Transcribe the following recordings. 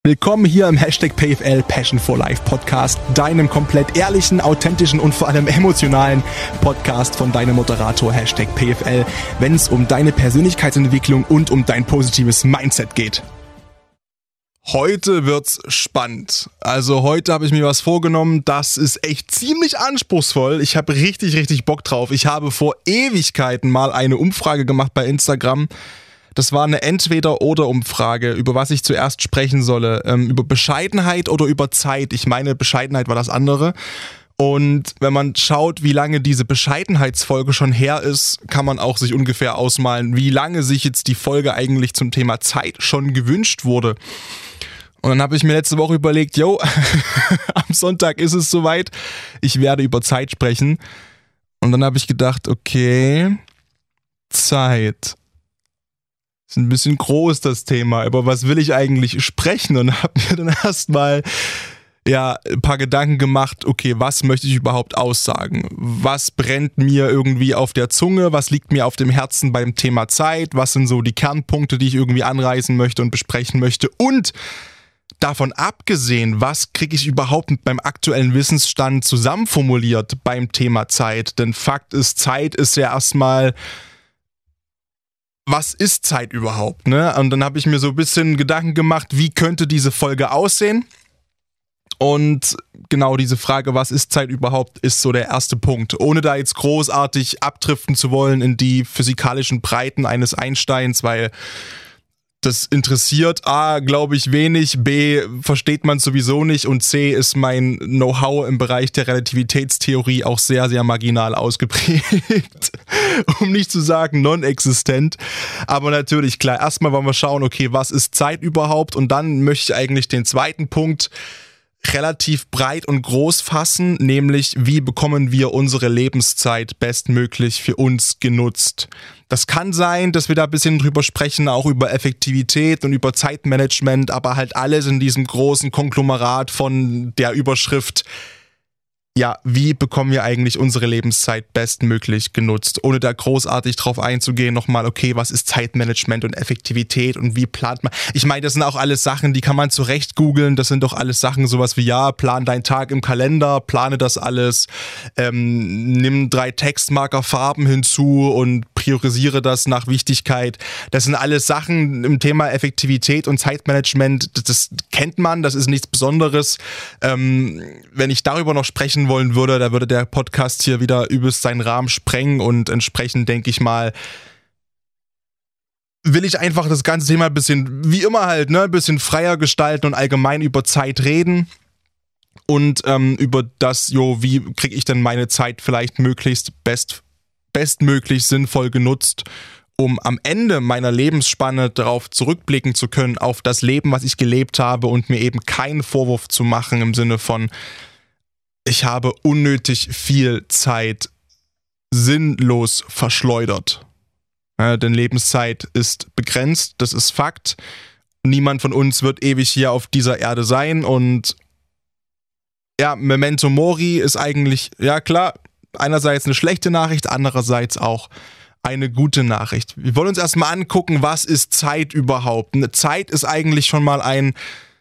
Willkommen hier im Hashtag PFL Passion for Life Podcast, deinem komplett ehrlichen, authentischen und vor allem emotionalen Podcast von deinem Moderator Hashtag PFL, wenn es um deine Persönlichkeitsentwicklung und um dein positives Mindset geht. Heute wird's spannend. Also heute habe ich mir was vorgenommen, das ist echt ziemlich anspruchsvoll. Ich habe richtig Bock drauf. Ich habe vor Ewigkeiten mal eine Umfrage gemacht bei Instagram. Das war eine Entweder-oder-Umfrage, über was ich zuerst sprechen solle. Über Bescheidenheit oder über Zeit. Ich meine, Bescheidenheit war das andere. Und wenn man schaut, wie lange diese Bescheidenheitsfolge schon her ist, kann man auch sich ungefähr ausmalen, wie lange sich jetzt die Folge eigentlich zum Thema Zeit schon gewünscht wurde. Und dann habe ich mir letzte Woche überlegt, am Sonntag ist es soweit, ich werde über Zeit sprechen. Und dann habe ich gedacht, okay, Zeit. Ist ein bisschen groß das Thema, aber was will ich eigentlich sprechen? Und habe mir dann erstmal ein paar Gedanken gemacht, okay, was möchte ich überhaupt aussagen? Was brennt mir irgendwie auf der Zunge? Was liegt mir auf dem Herzen beim Thema Zeit? Was sind so die Kernpunkte, die ich irgendwie anreißen möchte und besprechen möchte? Und davon abgesehen, was kriege ich überhaupt mit meinem aktuellen Wissensstand zusammenformuliert beim Thema Zeit? Denn Fakt ist, Zeit ist ja erstmal... Was ist Zeit überhaupt, ne? Und dann habe ich mir so ein bisschen Gedanken gemacht, wie könnte diese Folge aussehen? Und genau diese Frage, was ist Zeit überhaupt, ist so der erste Punkt. Ohne da jetzt großartig abdriften zu wollen in die physikalischen Breiten eines Einsteins, weil das interessiert A, glaube ich, wenig, B, versteht man sowieso nicht und C, ist mein Know-how im Bereich der Relativitätstheorie auch sehr marginal ausgeprägt. Um nicht zu sagen non-existent. Aber natürlich, klar, erstmal wollen wir schauen, okay, was ist Zeit überhaupt? Und dann möchte ich eigentlich den zweiten Punkt relativ breit und groß fassen, nämlich wie bekommen wir unsere Lebenszeit bestmöglich für uns genutzt. Das kann sein, dass wir da ein bisschen drüber sprechen, auch über Effektivität und über Zeitmanagement, aber halt alles in diesem großen Konglomerat von der Überschrift, wie bekommen wir eigentlich unsere Lebenszeit bestmöglich genutzt? Ohne da großartig drauf einzugehen, nochmal, okay, was ist Zeitmanagement und Effektivität und wie plant man? Ich meine, das sind auch alles Sachen, die kann man zurecht googeln. Das sind doch alles Sachen, sowas wie, plan deinen Tag im Kalender, plane das alles, nimm 3 Textmarkerfarben hinzu und priorisiere das nach Wichtigkeit. Das sind alles Sachen im Thema Effektivität und Zeitmanagement. Das kennt man, das ist nichts Besonderes. Wenn ich darüber noch sprechen wollen würde, da würde der Podcast hier wieder übelst seinen Rahmen sprengen und entsprechend denke ich mal, will ich einfach das ganze Thema ein bisschen, wie immer halt, ein bisschen freier gestalten und allgemein über Zeit reden und über das, wie kriege ich denn meine Zeit vielleicht möglichst bestmöglich sinnvoll genutzt, um am Ende meiner Lebensspanne darauf zurückblicken zu können, auf das Leben, was ich gelebt habe und mir eben keinen Vorwurf zu machen im Sinne von, ich habe unnötig viel Zeit sinnlos verschleudert. Ja, denn Lebenszeit ist begrenzt, das ist Fakt. Niemand von uns wird ewig hier auf dieser Erde sein und Memento Mori ist eigentlich, klar, einerseits eine schlechte Nachricht, andererseits auch eine gute Nachricht. Wir wollen uns erstmal angucken, was ist Zeit überhaupt? Eine Zeit ist eigentlich schon mal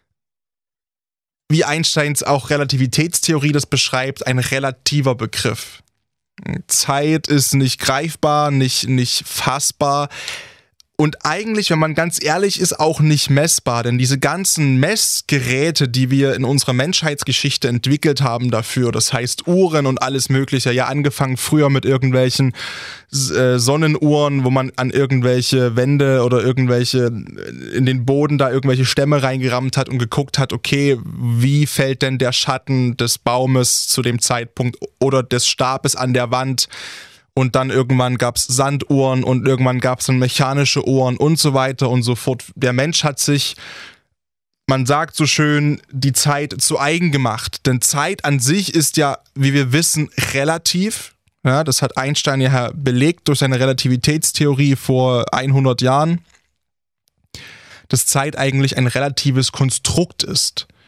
wie Einsteins auch Relativitätstheorie das beschreibt, ein relativer Begriff. Zeit ist nicht greifbar, nicht fassbar und eigentlich, wenn man ganz ehrlich ist, auch nicht messbar, denn diese ganzen Messgeräte, die wir in unserer Menschheitsgeschichte entwickelt haben dafür, das heißt Uhren und alles mögliche, angefangen früher mit irgendwelchen Sonnenuhren, wo man an irgendwelche Wände oder in den Boden da irgendwelche Stämme reingerammt hat und geguckt hat, okay, wie fällt denn der Schatten des Baumes zu dem Zeitpunkt oder des Stabes an der Wand? Und dann irgendwann gab es Sanduhren und irgendwann gab es dann mechanische Uhren und so weiter und so fort. Der Mensch hat sich, man sagt so schön, die Zeit zu eigen gemacht. Denn Zeit an sich ist ja, wie wir wissen, relativ. Ja, das hat Einstein ja belegt durch seine Relativitätstheorie vor 100 Jahren. Dass Zeit eigentlich ein relatives Konstrukt ist.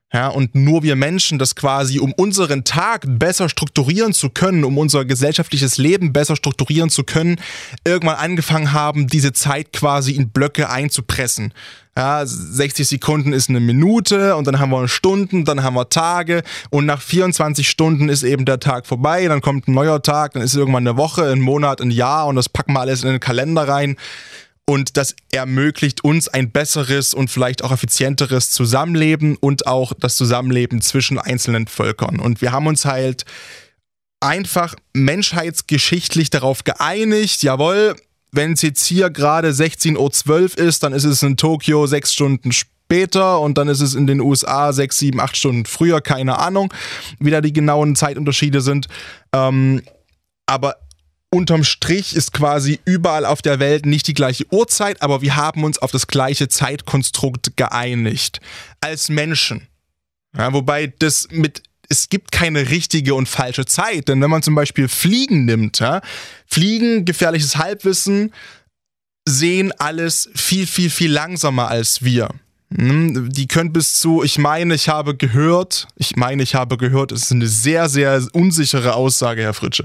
Ja, und nur wir Menschen das quasi, um unseren Tag besser strukturieren zu können, um unser gesellschaftliches Leben besser strukturieren zu können, irgendwann angefangen haben, diese Zeit quasi in Blöcke einzupressen. Ja, 60 Sekunden ist eine Minute und dann haben wir Stunden, dann haben wir Tage und nach 24 Stunden ist eben der Tag vorbei, dann kommt ein neuer Tag, dann ist irgendwann eine Woche, ein Monat, ein Jahr und das packen wir alles in den Kalender rein. Und das ermöglicht uns ein besseres und vielleicht auch effizienteres Zusammenleben und auch das Zusammenleben zwischen einzelnen Völkern. Und wir haben uns halt einfach menschheitsgeschichtlich darauf geeinigt, jawohl, wenn es jetzt hier gerade 16:12 Uhr ist, dann ist es in Tokio 6 Stunden später und dann ist es in den USA 6, 7, 8 Stunden früher, keine Ahnung, wie da die genauen Zeitunterschiede sind. Aber unterm Strich ist quasi überall auf der Welt nicht die gleiche Uhrzeit, aber wir haben uns auf das gleiche Zeitkonstrukt geeinigt. Als Menschen. Ja, wobei es gibt keine richtige und falsche Zeit, denn wenn man zum Beispiel Fliegen nimmt, ja, Fliegen, gefährliches Halbwissen, sehen alles viel, viel, viel langsamer als wir. Die können bis zu, ich meine, ich habe gehört, es ist eine sehr, sehr unsichere Aussage, Herr Fritsche,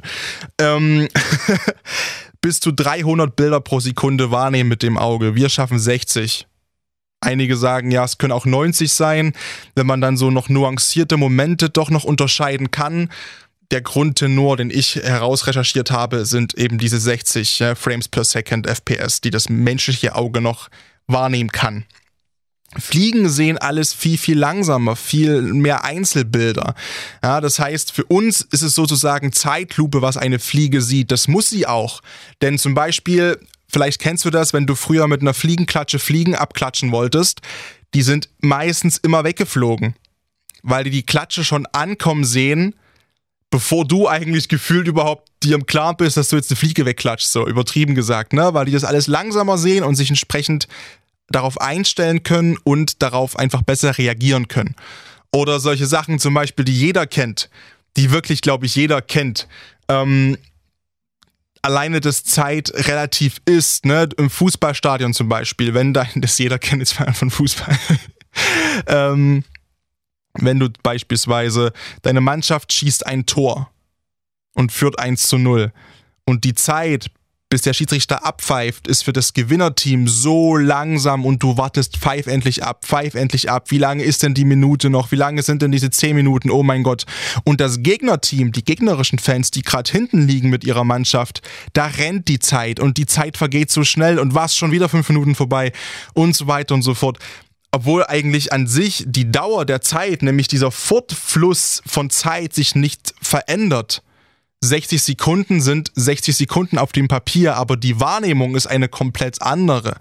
bis zu 300 Bilder pro Sekunde wahrnehmen mit dem Auge. Wir schaffen 60. Einige sagen, ja, es können auch 90 sein, wenn man dann so noch nuancierte Momente doch noch unterscheiden kann. Der Grundtenor, den ich herausrecherchiert habe, sind eben diese 60 Frames per Second FPS, die das menschliche Auge noch wahrnehmen kann. Fliegen sehen alles viel, viel langsamer, viel mehr Einzelbilder. Ja, das heißt, für uns ist es sozusagen Zeitlupe, was eine Fliege sieht. Das muss sie auch. Denn zum Beispiel, vielleicht kennst du das, wenn du früher mit einer Fliegenklatsche Fliegen abklatschen wolltest, die sind meistens immer weggeflogen, weil die Klatsche schon ankommen sehen, bevor du eigentlich gefühlt überhaupt dir im Klaren bist, dass du jetzt eine Fliege wegklatschst, so übertrieben gesagt, ne? Weil die das alles langsamer sehen und sich entsprechend darauf einstellen können und darauf einfach besser reagieren können. Oder solche Sachen zum Beispiel, die jeder kennt, die wirklich, glaube ich, jeder kennt. Alleine, dass Zeit relativ ist, ne? Im Fußballstadion zum Beispiel, wenn das jeder kennt, ist von Fußball. Wenn du beispielsweise, deine Mannschaft schießt ein Tor und führt 1:0 und die Zeit, bis der Schiedsrichter abpfeift, ist für das Gewinnerteam so langsam und du wartest, pfeif endlich ab. Wie lange ist denn die Minute noch? Wie lange sind denn diese 10 Minuten? Oh mein Gott. Und das Gegnerteam, die gegnerischen Fans, die gerade hinten liegen mit ihrer Mannschaft, da rennt die Zeit und die Zeit vergeht so schnell und war es schon wieder 5 Minuten vorbei und so weiter und so fort. Obwohl eigentlich an sich die Dauer der Zeit, nämlich dieser Fortfluss von Zeit, sich nicht verändert. 60 Sekunden sind 60 Sekunden auf dem Papier, aber die Wahrnehmung ist eine komplett andere.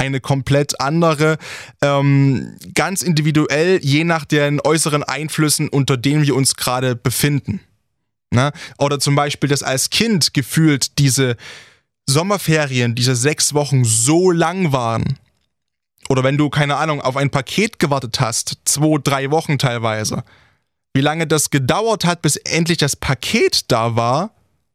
Ganz individuell, je nach den äußeren Einflüssen, unter denen wir uns gerade befinden. Na? Oder zum Beispiel, dass als Kind gefühlt diese Sommerferien, diese 6 Wochen so lang waren. Oder wenn du, keine Ahnung, auf ein Paket gewartet hast, 2, 3 Wochen teilweise. Wie lange das gedauert hat, bis endlich das Paket da war.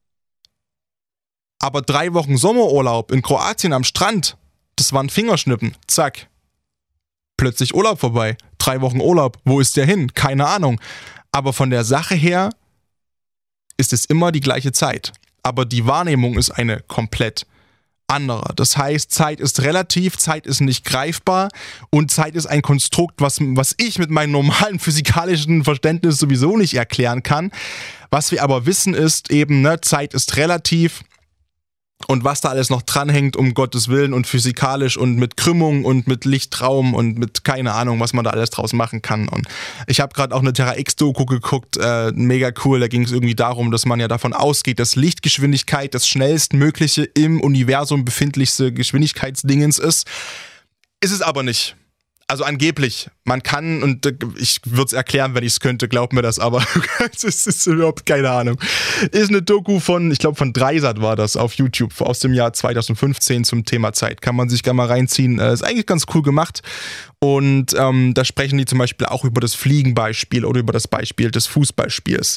Aber 3 Wochen Sommerurlaub in Kroatien am Strand, das waren Fingerschnippen. Zack. Plötzlich Urlaub vorbei. 3 Wochen Urlaub. Wo ist der hin? Keine Ahnung. Aber von der Sache her ist es immer die gleiche Zeit. Aber die Wahrnehmung ist eine komplett andere. Das heißt, Zeit ist relativ, Zeit ist nicht greifbar und Zeit ist ein Konstrukt, was ich mit meinem normalen physikalischen Verständnis sowieso nicht erklären kann. Was wir aber wissen ist eben, ne, Zeit ist relativ und was da alles noch dranhängt, um Gottes Willen und physikalisch und mit Krümmung und mit Lichtraum und mit keine Ahnung, was man da alles draus machen kann. Und ich habe gerade auch eine Terra X-Doku geguckt, mega cool, da ging es irgendwie darum, dass man ja davon ausgeht, dass Lichtgeschwindigkeit das schnellstmögliche im Universum befindlichste Geschwindigkeitsdingens ist. Ist es aber nicht. Also angeblich, man kann, und ich würde es erklären, wenn ich es könnte, glaub mir das, aber es ist überhaupt keine Ahnung. Ist eine Doku von, ich glaube von Dreisat war das, auf YouTube, aus dem Jahr 2015 zum Thema Zeit. Kann man sich gerne mal reinziehen. Ist eigentlich ganz cool gemacht. Und da sprechen die zum Beispiel auch über das Fliegenbeispiel oder über das Beispiel des Fußballspiels.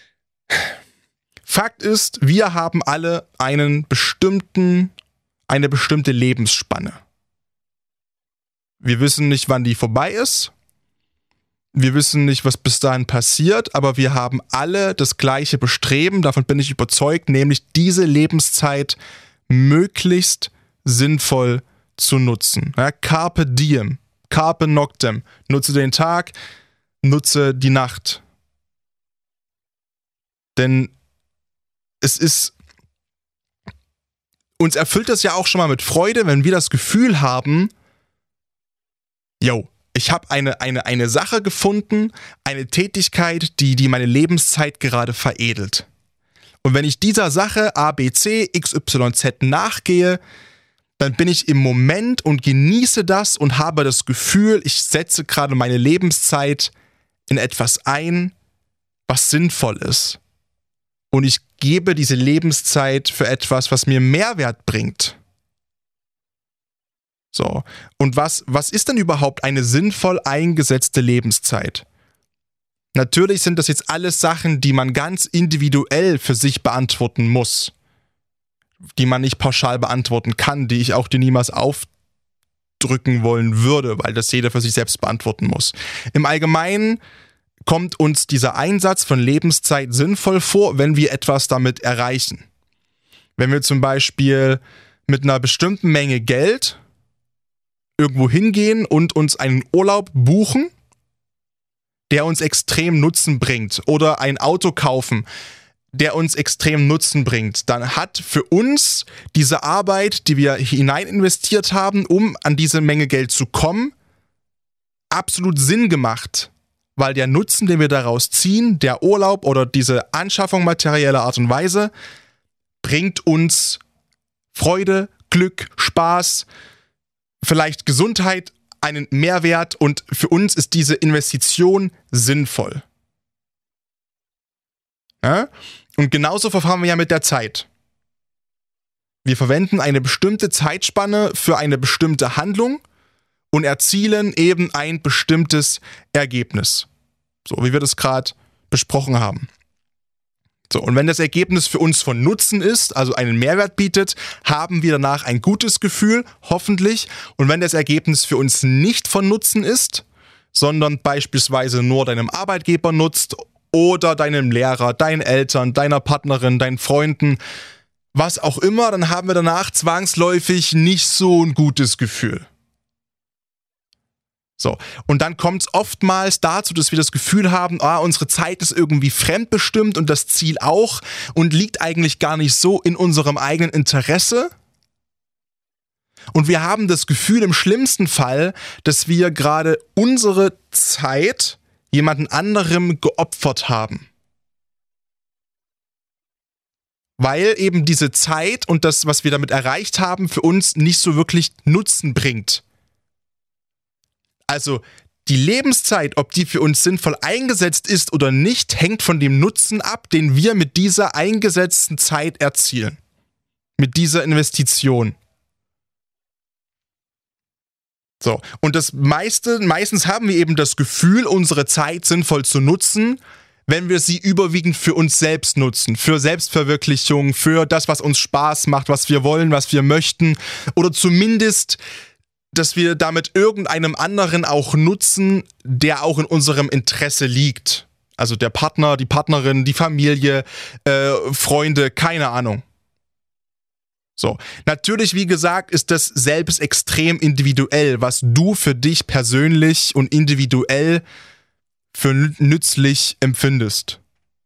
Fakt ist, wir haben alle eine bestimmte Lebensspanne. Wir wissen nicht, wann die vorbei ist. Wir wissen nicht, was bis dahin passiert, aber wir haben alle das gleiche Bestreben, davon bin ich überzeugt, nämlich diese Lebenszeit möglichst sinnvoll zu nutzen. Ja, carpe diem, carpe noctem, nutze den Tag, nutze die Nacht. Denn uns erfüllt das ja auch schon mal mit Freude, wenn wir das Gefühl haben, yo, ich habe eine Sache gefunden, eine Tätigkeit, die meine Lebenszeit gerade veredelt. Und wenn ich dieser Sache A, B, C, X, Y, Z nachgehe, dann bin ich im Moment und genieße das und habe das Gefühl, ich setze gerade meine Lebenszeit in etwas ein, was sinnvoll ist. Und ich gebe diese Lebenszeit für etwas, was mir Mehrwert bringt. So, und was ist denn überhaupt eine sinnvoll eingesetzte Lebenszeit? Natürlich sind das jetzt alles Sachen, die man ganz individuell für sich beantworten muss. Die man nicht pauschal beantworten kann, die ich auch dir niemals aufdrücken wollen würde, weil das jeder für sich selbst beantworten muss. Im Allgemeinen kommt uns dieser Einsatz von Lebenszeit sinnvoll vor, wenn wir etwas damit erreichen. Wenn wir zum Beispiel mit einer bestimmten Menge Geld irgendwo hingehen und uns einen Urlaub buchen, der uns extrem Nutzen bringt, oder ein Auto kaufen, der uns extrem Nutzen bringt, dann hat für uns diese Arbeit, die wir hinein investiert haben, um an diese Menge Geld zu kommen, absolut Sinn gemacht, weil der Nutzen, den wir daraus ziehen, der Urlaub oder diese Anschaffung materieller Art und Weise, bringt uns Freude, Glück, Spaß, vielleicht Gesundheit, einen Mehrwert, und für uns ist diese Investition sinnvoll. Ja? Und genauso verfahren wir ja mit der Zeit. Wir verwenden eine bestimmte Zeitspanne für eine bestimmte Handlung und erzielen eben ein bestimmtes Ergebnis. So wie wir das gerade besprochen haben. So, und wenn das Ergebnis für uns von Nutzen ist, also einen Mehrwert bietet, haben wir danach ein gutes Gefühl, hoffentlich. Und wenn das Ergebnis für uns nicht von Nutzen ist, sondern beispielsweise nur deinem Arbeitgeber nutzt oder deinem Lehrer, deinen Eltern, deiner Partnerin, deinen Freunden, was auch immer, dann haben wir danach zwangsläufig nicht so ein gutes Gefühl. So, und dann kommt es oftmals dazu, dass wir das Gefühl haben, unsere Zeit ist irgendwie fremdbestimmt und das Ziel auch und liegt eigentlich gar nicht so in unserem eigenen Interesse. Und wir haben das Gefühl im schlimmsten Fall, dass wir gerade unsere Zeit jemanden anderem geopfert haben. Weil eben diese Zeit und das, was wir damit erreicht haben, für uns nicht so wirklich Nutzen bringt. Also die Lebenszeit, ob die für uns sinnvoll eingesetzt ist oder nicht, hängt von dem Nutzen ab, den wir mit dieser eingesetzten Zeit erzielen. Mit dieser Investition. So, und meistens haben wir eben das Gefühl, unsere Zeit sinnvoll zu nutzen, wenn wir sie überwiegend für uns selbst nutzen, für Selbstverwirklichung, für das, was uns Spaß macht, was wir wollen, was wir möchten, oder zumindest dass wir damit irgendeinem anderen auch nutzen, der auch in unserem Interesse liegt. Also der Partner, die Partnerin, die Familie, Freunde, keine Ahnung. So, natürlich, wie gesagt, ist das selbst extrem individuell, was du für dich persönlich und individuell für nützlich empfindest.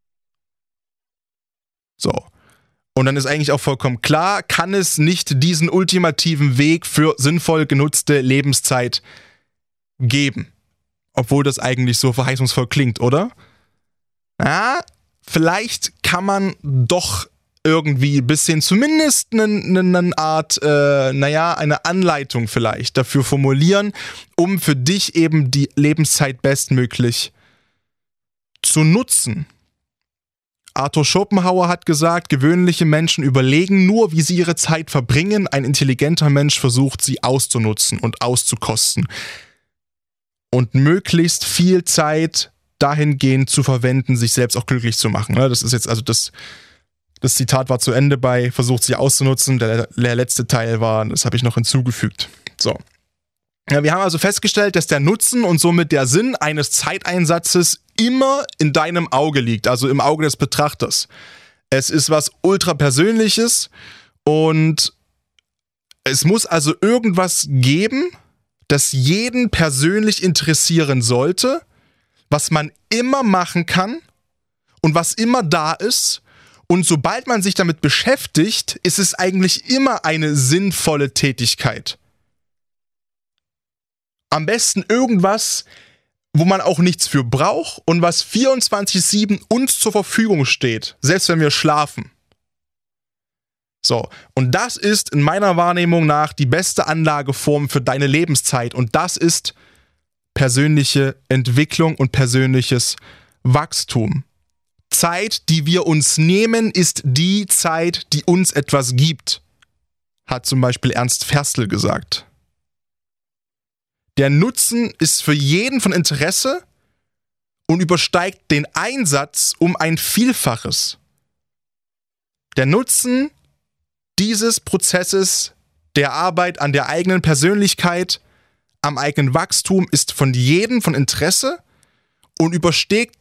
So. Und dann ist eigentlich auch vollkommen klar, kann es nicht diesen ultimativen Weg für sinnvoll genutzte Lebenszeit geben. Obwohl das eigentlich so verheißungsvoll klingt, oder? Ja, vielleicht kann man doch irgendwie ein bisschen, zumindest eine Art, eine Anleitung vielleicht dafür formulieren, um für dich eben die Lebenszeit bestmöglich zu nutzen. Arthur Schopenhauer hat gesagt, gewöhnliche Menschen überlegen nur, wie sie ihre Zeit verbringen. Ein intelligenter Mensch versucht, sie auszunutzen und auszukosten. Und möglichst viel Zeit dahingehend zu verwenden, sich selbst auch glücklich zu machen. Das ist jetzt, also das Zitat war zu Ende bei versucht, sie auszunutzen. Der letzte Teil war, das habe ich noch hinzugefügt. So. Ja, wir haben also festgestellt, dass der Nutzen und somit der Sinn eines Zeiteinsatzes immer in deinem Auge liegt, also im Auge des Betrachters. Es ist was ultra Persönliches und es muss also irgendwas geben, das jeden persönlich interessieren sollte, was man immer machen kann und was immer da ist. Und sobald man sich damit beschäftigt, ist es eigentlich immer eine sinnvolle Tätigkeit. Am besten irgendwas, wo man auch nichts für braucht und was 24/7 uns zur Verfügung steht, selbst wenn wir schlafen. So, und das ist in meiner Wahrnehmung nach die beste Anlageform für deine Lebenszeit und das ist persönliche Entwicklung und persönliches Wachstum. Zeit, die wir uns nehmen, ist die Zeit, die uns etwas gibt, hat zum Beispiel Ernst Ferstel gesagt. Der Nutzen ist für jeden von Interesse und übersteigt den Einsatz um ein Vielfaches. Der Nutzen dieses Prozesses der Arbeit an der eigenen Persönlichkeit, am eigenen Wachstum ist von jedem von Interesse und übersteigert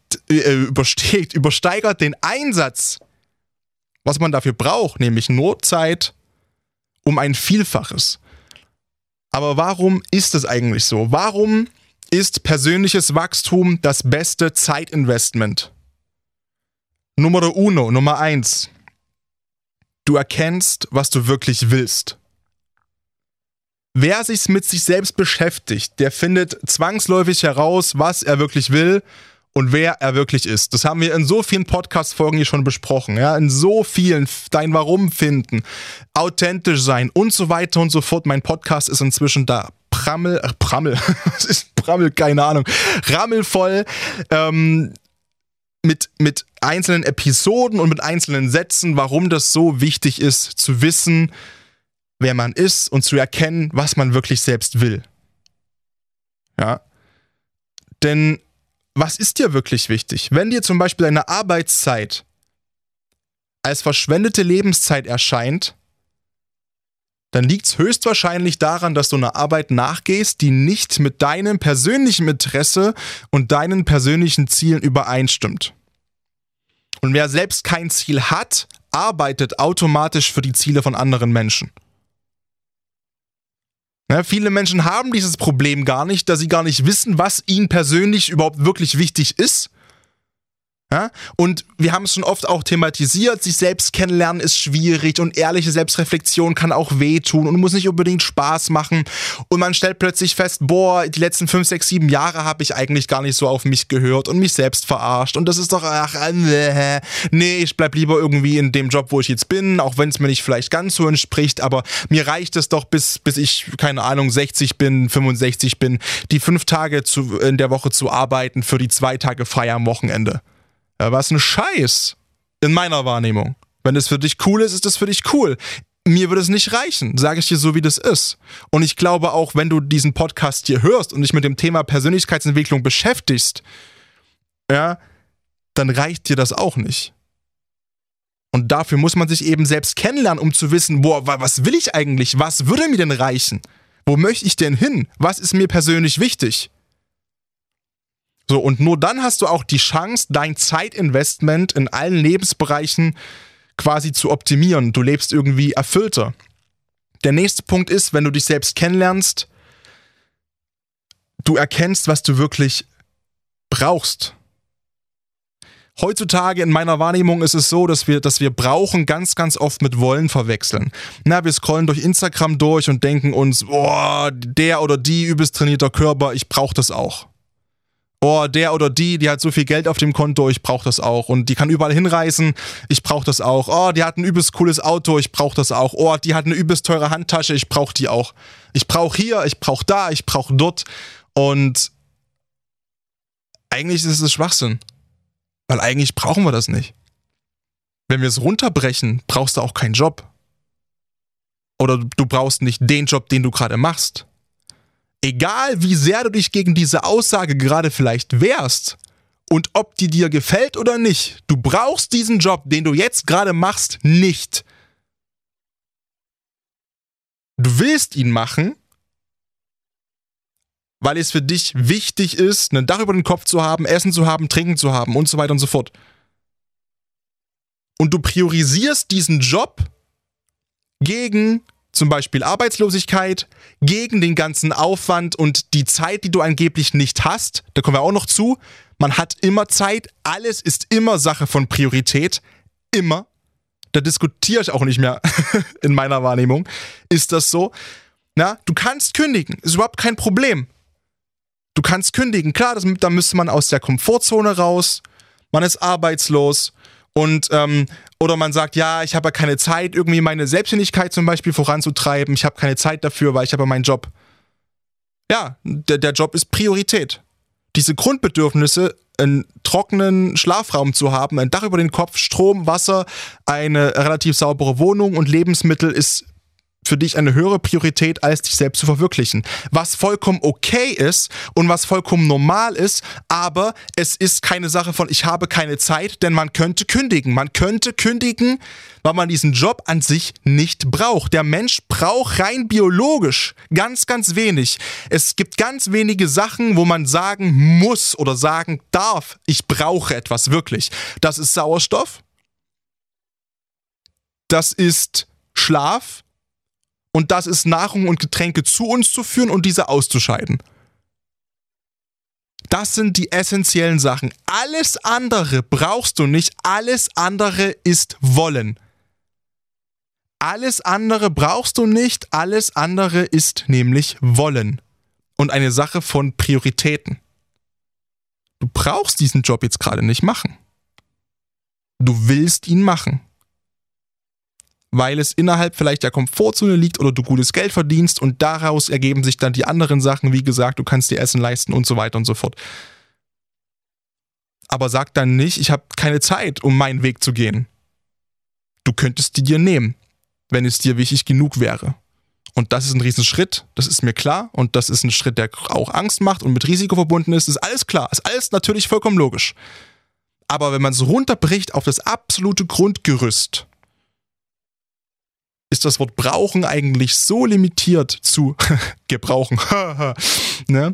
den Einsatz, was man dafür braucht, nämlich nur Zeit, um ein Vielfaches. Aber warum ist es eigentlich so? Warum ist persönliches Wachstum das beste Zeitinvestment? Nummer 1. Du erkennst, was du wirklich willst. Wer sich mit sich selbst beschäftigt, der findet zwangsläufig heraus, was er wirklich will und wer er wirklich ist. Das haben wir in so vielen Podcast-Folgen hier schon besprochen. Ja? In so vielen, dein Warum finden, authentisch sein und so weiter und so fort. Mein Podcast ist inzwischen da was ist Prammel? Keine Ahnung. Rammelvoll mit einzelnen Episoden und mit einzelnen Sätzen, warum das so wichtig ist, zu wissen, wer man ist und zu erkennen, was man wirklich selbst will. Ja? Denn was ist dir wirklich wichtig? Wenn dir zum Beispiel deine Arbeitszeit als verschwendete Lebenszeit erscheint, dann liegt es höchstwahrscheinlich daran, dass du einer Arbeit nachgehst, die nicht mit deinem persönlichen Interesse und deinen persönlichen Zielen übereinstimmt. Und wer selbst kein Ziel hat, arbeitet automatisch für die Ziele von anderen Menschen. Ja, viele Menschen haben dieses Problem gar nicht, dass sie gar nicht wissen, was ihnen persönlich überhaupt wirklich wichtig ist. Ja? Und wir haben es schon oft auch thematisiert, sich selbst kennenlernen ist schwierig und ehrliche Selbstreflexion kann auch wehtun und muss nicht unbedingt Spaß machen. Und man stellt plötzlich fest, boah, die letzten 5, 6, 7 Jahre habe ich eigentlich gar nicht so auf mich gehört und mich selbst verarscht. Und das ist doch, nee, ich bleib lieber irgendwie in dem Job, wo ich jetzt bin, auch wenn es mir nicht vielleicht ganz so entspricht, aber mir reicht es doch, bis ich, keine Ahnung, 60 bin, 65 bin, die 5 Tage in der Woche zu arbeiten für die 2 Tage frei am Wochenende. Was ein Scheiß in meiner Wahrnehmung. Wenn das für dich cool ist, ist das für dich cool. Mir würde es nicht reichen, sage ich dir so, wie das ist. Und ich glaube auch, wenn du diesen Podcast hier hörst und dich mit dem Thema Persönlichkeitsentwicklung beschäftigst, ja, dann reicht dir das auch nicht. Und dafür muss man sich eben selbst kennenlernen, um zu wissen, boah, was will ich eigentlich? Was würde mir denn reichen? Wo möchte ich denn hin? Was ist mir persönlich wichtig? So, und nur dann hast du auch die Chance, dein Zeitinvestment in allen Lebensbereichen quasi zu optimieren. Du lebst irgendwie erfüllter. Der nächste Punkt ist, wenn du dich selbst kennenlernst, du erkennst, was du wirklich brauchst. Heutzutage in meiner Wahrnehmung ist es so, dass wir brauchen ganz, ganz oft mit wollen verwechseln. Wir scrollen durch Instagram durch und denken uns, boah, der oder die übelst trainierter Körper, ich brauche das auch. Oh, der oder die hat so viel Geld auf dem Konto, ich brauche das auch. Und die kann überall hinreisen, ich brauche das auch. Oh, die hat ein übelst cooles Auto, ich brauche das auch. Oh, die hat eine übelst teure Handtasche, ich brauche die auch. Ich brauche hier, ich brauche da, ich brauche dort. Und eigentlich ist es Schwachsinn. Weil eigentlich brauchen wir das nicht. Wenn wir es runterbrechen, brauchst du auch keinen Job. Oder du brauchst nicht den Job, den du gerade machst. Egal, wie sehr du dich gegen diese Aussage gerade vielleicht wehrst und ob die dir gefällt oder nicht, du brauchst diesen Job, den du jetzt gerade machst, nicht. Du willst ihn machen, weil es für dich wichtig ist, ein Dach über den Kopf zu haben, Essen zu haben, Trinken zu haben und so weiter und so fort. Und du priorisierst diesen Job gegen zum Beispiel Arbeitslosigkeit, gegen den ganzen Aufwand und die Zeit, die du angeblich nicht hast. Da kommen wir auch noch zu. Man hat immer Zeit. Alles ist immer Sache von Priorität. Immer. Da diskutiere ich auch nicht mehr in meiner Wahrnehmung. Ist das so? Na, du kannst kündigen. Ist überhaupt kein Problem. Du kannst kündigen. Klar, da müsste man aus der Komfortzone raus. Man ist arbeitslos. Und, oder man sagt, ja, ich habe ja keine Zeit, irgendwie meine Selbstständigkeit zum Beispiel voranzutreiben. Ich habe keine Zeit dafür, weil ich habe ja meinen Job. Ja, der Job ist Priorität. Diese Grundbedürfnisse, einen trockenen Schlafraum zu haben, ein Dach über den Kopf, Strom, Wasser, eine relativ saubere Wohnung und Lebensmittel ist für dich eine höhere Priorität, als dich selbst zu verwirklichen. Was vollkommen okay ist und was vollkommen normal ist, aber es ist keine Sache von, ich habe keine Zeit, denn man könnte kündigen. Man könnte kündigen, weil man diesen Job an sich nicht braucht. Der Mensch braucht rein biologisch ganz, ganz wenig. Es gibt ganz wenige Sachen, wo man sagen muss oder sagen darf, ich brauche etwas wirklich. Das ist Sauerstoff, das ist Schlaf, und das ist Nahrung und Getränke zu uns zu führen und diese auszuscheiden. Das sind die essentiellen Sachen. Alles andere brauchst du nicht. Alles andere ist Wollen. Alles andere brauchst du nicht. Alles andere ist nämlich Wollen. Und eine Sache von Prioritäten. Du brauchst diesen Job jetzt gerade nicht machen. Du willst ihn machen. Weil es innerhalb vielleicht der Komfortzone liegt oder du gutes Geld verdienst und daraus ergeben sich dann die anderen Sachen, wie gesagt, du kannst dir Essen leisten und so weiter und so fort. Aber sag dann nicht, ich habe keine Zeit, um meinen Weg zu gehen. Du könntest die dir nehmen, wenn es dir wichtig genug wäre. Und das ist ein Riesenschritt, das ist mir klar und das ist ein Schritt, der auch Angst macht und mit Risiko verbunden ist alles klar, ist alles natürlich vollkommen logisch. Aber wenn man es runterbricht auf das absolute Grundgerüst, ist das Wort brauchen eigentlich so limitiert zu gebrauchen. Ne?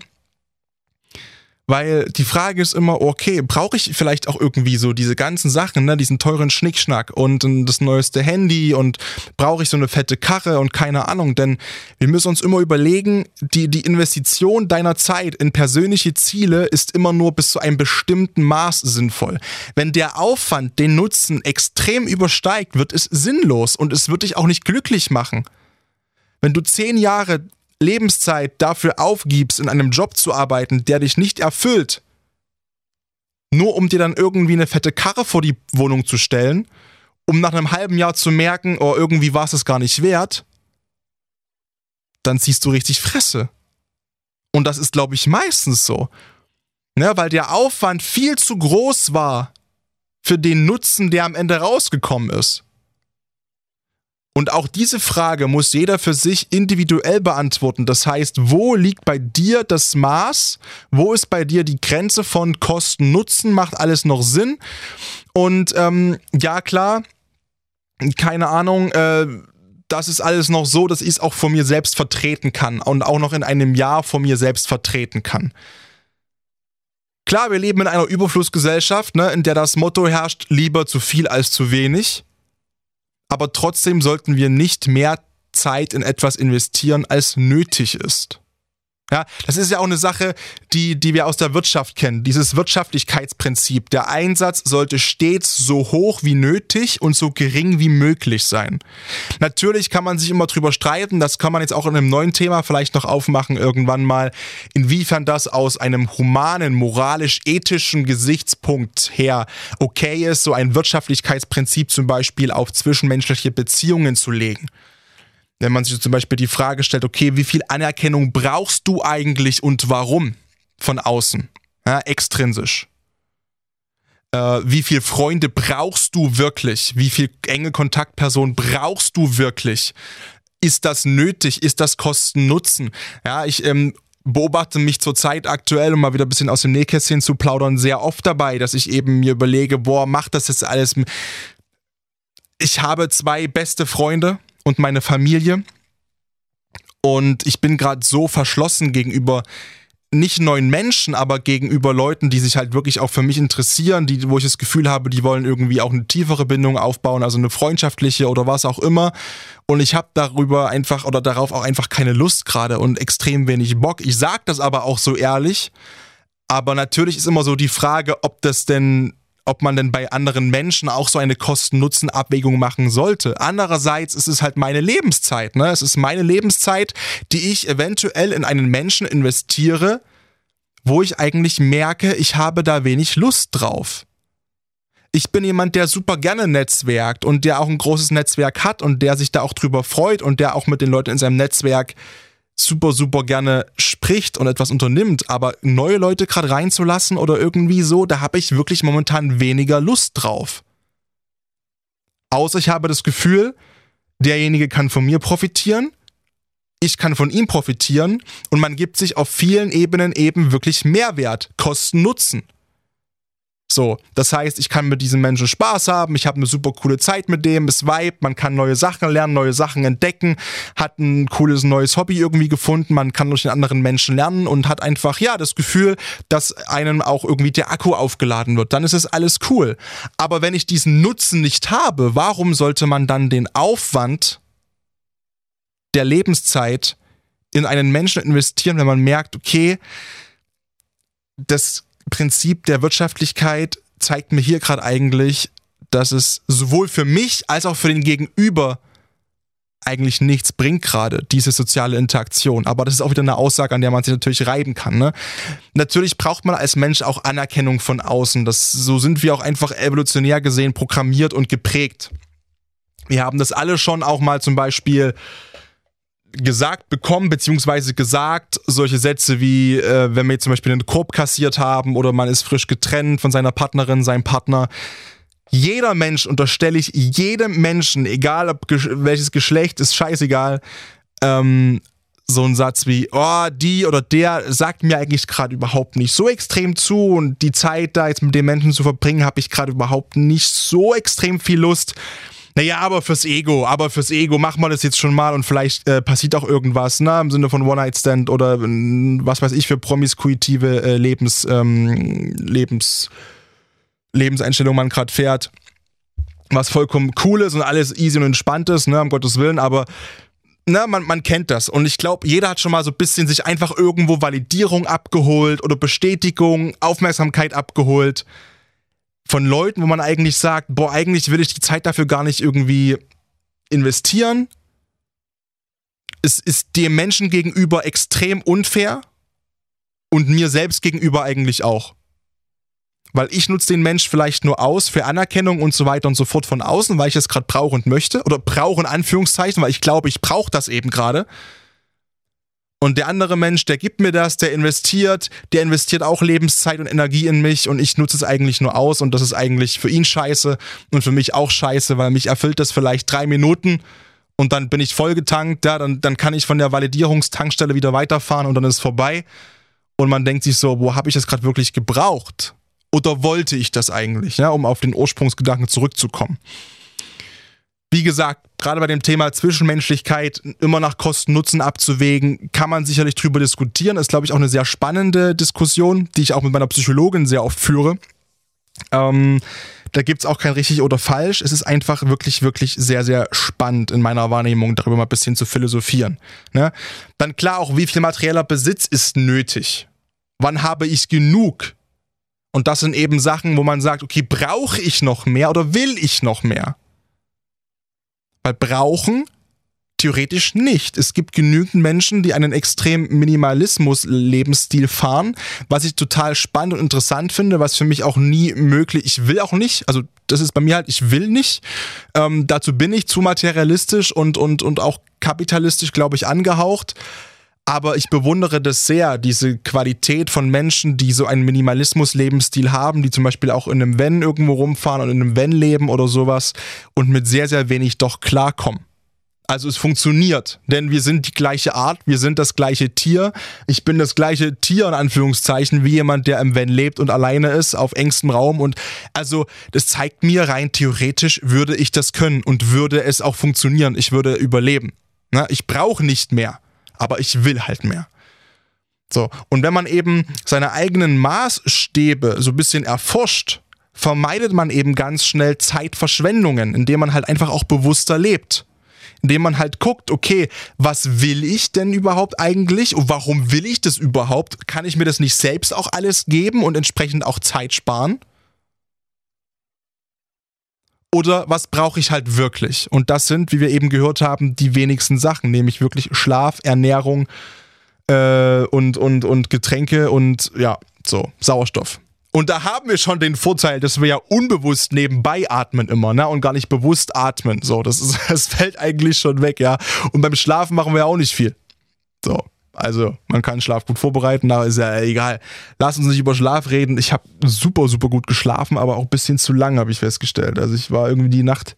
Weil die Frage ist immer, okay, brauche ich vielleicht auch irgendwie so diese ganzen Sachen, ne, diesen teuren Schnickschnack und das neueste Handy und brauche ich so eine fette Karre und keine Ahnung, denn wir müssen uns immer überlegen, die Investition deiner Zeit in persönliche Ziele ist immer nur bis zu einem bestimmten Maß sinnvoll. Wenn der Aufwand den Nutzen extrem übersteigt, wird es sinnlos und es wird dich auch nicht glücklich machen. Wenn du 10 Jahre Lebenszeit dafür aufgibst, in einem Job zu arbeiten, der dich nicht erfüllt, nur um dir dann irgendwie eine fette Karre vor die Wohnung zu stellen, um nach einem halben Jahr zu merken, oh, irgendwie war es das gar nicht wert, dann ziehst du richtig Fresse. Und das ist, glaube ich, meistens so. Ne, weil der Aufwand viel zu groß war für den Nutzen, der am Ende rausgekommen ist. Und auch diese Frage muss jeder für sich individuell beantworten. Das heißt, wo liegt bei dir das Maß? Wo ist bei dir die Grenze von Kosten, Nutzen? Macht alles noch Sinn? Und ja klar, keine Ahnung, das ist alles noch so, dass ich es auch von mir selbst vertreten kann und auch noch in einem Jahr von mir selbst vertreten kann. Klar, wir leben in einer Überflussgesellschaft, ne, in der das Motto herrscht, lieber zu viel als zu wenig. Aber trotzdem sollten wir nicht mehr Zeit in etwas investieren, als nötig ist. Ja, das ist ja auch eine Sache, die wir aus der Wirtschaft kennen. Dieses Wirtschaftlichkeitsprinzip. Der Einsatz sollte stets so hoch wie nötig und so gering wie möglich sein. Natürlich kann man sich immer drüber streiten, das kann man jetzt auch in einem neuen Thema vielleicht noch aufmachen irgendwann mal, inwiefern das aus einem humanen, moralisch-ethischen Gesichtspunkt her okay ist, so ein Wirtschaftlichkeitsprinzip zum Beispiel auf zwischenmenschliche Beziehungen zu legen. Wenn man sich zum Beispiel die Frage stellt, okay, wie viel Anerkennung brauchst du eigentlich und warum von außen, ja, extrinsisch? Wie viel Freunde brauchst du wirklich? Wie viel enge Kontaktpersonen brauchst du wirklich? Ist das nötig? Ist das Kosten-Nutzen? Ja, ich beobachte mich zurzeit aktuell, um mal wieder ein bisschen aus dem Nähkästchen zu plaudern, sehr oft dabei, dass ich eben mir überlege, macht das jetzt alles? Ich habe 2 beste Freunde und meine Familie und ich bin gerade so verschlossen gegenüber nicht neuen Menschen, aber gegenüber Leuten, die sich halt wirklich auch für mich interessieren, wo ich das Gefühl habe, die wollen irgendwie auch eine tiefere Bindung aufbauen, also eine freundschaftliche oder was auch immer. Und ich habe darauf auch einfach keine Lust gerade und extrem wenig Bock. Ich sag das aber auch so ehrlich, aber natürlich ist immer so die Frage, ob man denn bei anderen Menschen auch so eine Kosten-Nutzen-Abwägung machen sollte. Andererseits ist es halt meine Lebenszeit, ne? Es ist meine Lebenszeit, die ich eventuell in einen Menschen investiere, wo ich eigentlich merke, ich habe da wenig Lust drauf. Ich bin jemand, der super gerne netzwerkt und der auch ein großes Netzwerk hat und der sich da auch drüber freut und der auch mit den Leuten in seinem Netzwerk super, super gerne spricht und etwas unternimmt, aber neue Leute gerade reinzulassen oder irgendwie so, da habe ich wirklich momentan weniger Lust drauf. Außer ich habe das Gefühl, derjenige kann von mir profitieren, ich kann von ihm profitieren und man gibt sich auf vielen Ebenen eben wirklich Mehrwert, Kosten-Nutzen. So, das heißt, ich kann mit diesem Menschen Spaß haben, ich habe eine super coole Zeit mit dem, es vibe, man kann neue Sachen lernen, neue Sachen entdecken, hat ein cooles neues Hobby irgendwie gefunden, man kann durch den anderen Menschen lernen und hat einfach, ja, das Gefühl, dass einem auch irgendwie der Akku aufgeladen wird. Dann ist es alles cool. Aber wenn ich diesen Nutzen nicht habe, warum sollte man dann den Aufwand der Lebenszeit in einen Menschen investieren, wenn man merkt, okay, das Prinzip der Wirtschaftlichkeit zeigt mir hier gerade eigentlich, dass es sowohl für mich als auch für den Gegenüber eigentlich nichts bringt gerade, diese soziale Interaktion. Aber das ist auch wieder eine Aussage, an der man sich natürlich reiben kann. Ne? Natürlich braucht man als Mensch auch Anerkennung von außen. So sind wir auch einfach evolutionär gesehen programmiert und geprägt. Wir haben das alle schon auch mal zum Beispiel gesagt bekommen, beziehungsweise gesagt, solche Sätze wie, wenn wir jetzt zum Beispiel einen Korb kassiert haben oder man ist frisch getrennt von seiner Partnerin, seinem Partner. Jeder Mensch, unterstelle ich, jedem Menschen, egal ob welches Geschlecht, ist scheißegal, so ein Satz wie, oh, die oder der sagt mir eigentlich gerade überhaupt nicht so extrem zu und die Zeit da jetzt mit dem Menschen zu verbringen, habe ich gerade überhaupt nicht so extrem viel Lust. Naja, aber fürs Ego, machen wir das jetzt schon mal und vielleicht passiert auch irgendwas, ne, im Sinne von One-Night-Stand oder was weiß ich für promiskuitive Lebenseinstellung man gerade fährt, was vollkommen cool ist und alles easy und entspannt ist, ne, um Gottes Willen, aber ne, man kennt das und ich glaube, jeder hat schon mal so ein bisschen sich einfach irgendwo Validierung abgeholt oder Bestätigung, Aufmerksamkeit abgeholt von Leuten, wo man eigentlich sagt, boah, eigentlich will ich die Zeit dafür gar nicht irgendwie investieren. Es ist dem Menschen gegenüber extrem unfair und mir selbst gegenüber eigentlich auch. Weil ich nutze den Mensch vielleicht nur aus für Anerkennung und so weiter und so fort von außen, weil ich es gerade brauche und möchte. Oder brauche in Anführungszeichen, weil ich glaube, ich brauche das eben gerade. Und der andere Mensch, der gibt mir das, der investiert auch Lebenszeit und Energie in mich und ich nutze es eigentlich nur aus und das ist eigentlich für ihn scheiße und für mich auch scheiße, weil mich erfüllt das vielleicht 3 Minuten und dann bin ich vollgetankt, ja, dann kann ich von der Validierungstankstelle wieder weiterfahren und dann ist es vorbei und man denkt sich so, wo habe ich das gerade wirklich gebraucht? Oder wollte ich das eigentlich, ja, um auf den Ursprungsgedanken zurückzukommen? Wie gesagt, gerade bei dem Thema Zwischenmenschlichkeit immer nach Kosten-Nutzen abzuwägen, kann man sicherlich drüber diskutieren. Ist, glaube ich, auch eine sehr spannende Diskussion, die ich auch mit meiner Psychologin sehr oft führe. Da gibt es auch kein richtig oder falsch. Es ist einfach wirklich, wirklich sehr, sehr spannend in meiner Wahrnehmung, darüber mal ein bisschen zu philosophieren. Ne? Dann klar auch, wie viel materieller Besitz ist nötig? Wann habe ich genug? Und das sind eben Sachen, wo man sagt, okay, brauche ich noch mehr oder will ich noch mehr? Weil brauchen theoretisch nicht. Es gibt genügend Menschen, die einen extrem Minimalismus-Lebensstil fahren, was ich total spannend und interessant finde, was für mich auch nie möglich, ich will auch nicht, also das ist bei mir halt, ich will nicht. Dazu bin ich zu materialistisch und auch kapitalistisch, glaube ich, angehaucht. Aber ich bewundere das sehr, diese Qualität von Menschen, die so einen Minimalismus-Lebensstil haben, die zum Beispiel auch in einem Van irgendwo rumfahren und in einem Van leben oder sowas und mit sehr, sehr wenig doch klarkommen. Also es funktioniert, denn wir sind die gleiche Art, wir sind das gleiche Tier. Ich bin das gleiche Tier in Anführungszeichen wie jemand, der im Van lebt und alleine ist, auf engstem Raum. Und also das zeigt mir, rein theoretisch würde ich das können und würde es auch funktionieren. Ich würde überleben. Ich brauche nicht mehr. Aber ich will halt mehr. So, und wenn man eben seine eigenen Maßstäbe so ein bisschen erforscht, vermeidet man eben ganz schnell Zeitverschwendungen, indem man halt einfach auch bewusster lebt. Indem man halt guckt, okay, was will ich denn überhaupt eigentlich und warum will ich das überhaupt? Kann ich mir das nicht selbst auch alles geben und entsprechend auch Zeit sparen? Oder was brauche ich halt wirklich? Und das sind, wie wir eben gehört haben, die wenigsten Sachen, nämlich wirklich Schlaf, Ernährung und Getränke und ja, so, Sauerstoff. Und da haben wir schon den Vorteil, dass wir ja unbewusst nebenbei atmen immer, ne? Und gar nicht bewusst atmen. So, das fällt eigentlich schon weg, ja. Und beim Schlafen machen wir ja auch nicht viel. So, also man kann Schlaf gut vorbereiten, aber ist ja egal. Lass uns nicht über Schlaf reden. Ich habe super, super gut geschlafen, aber auch ein bisschen zu lang, habe ich festgestellt. Also ich war irgendwie die Nacht...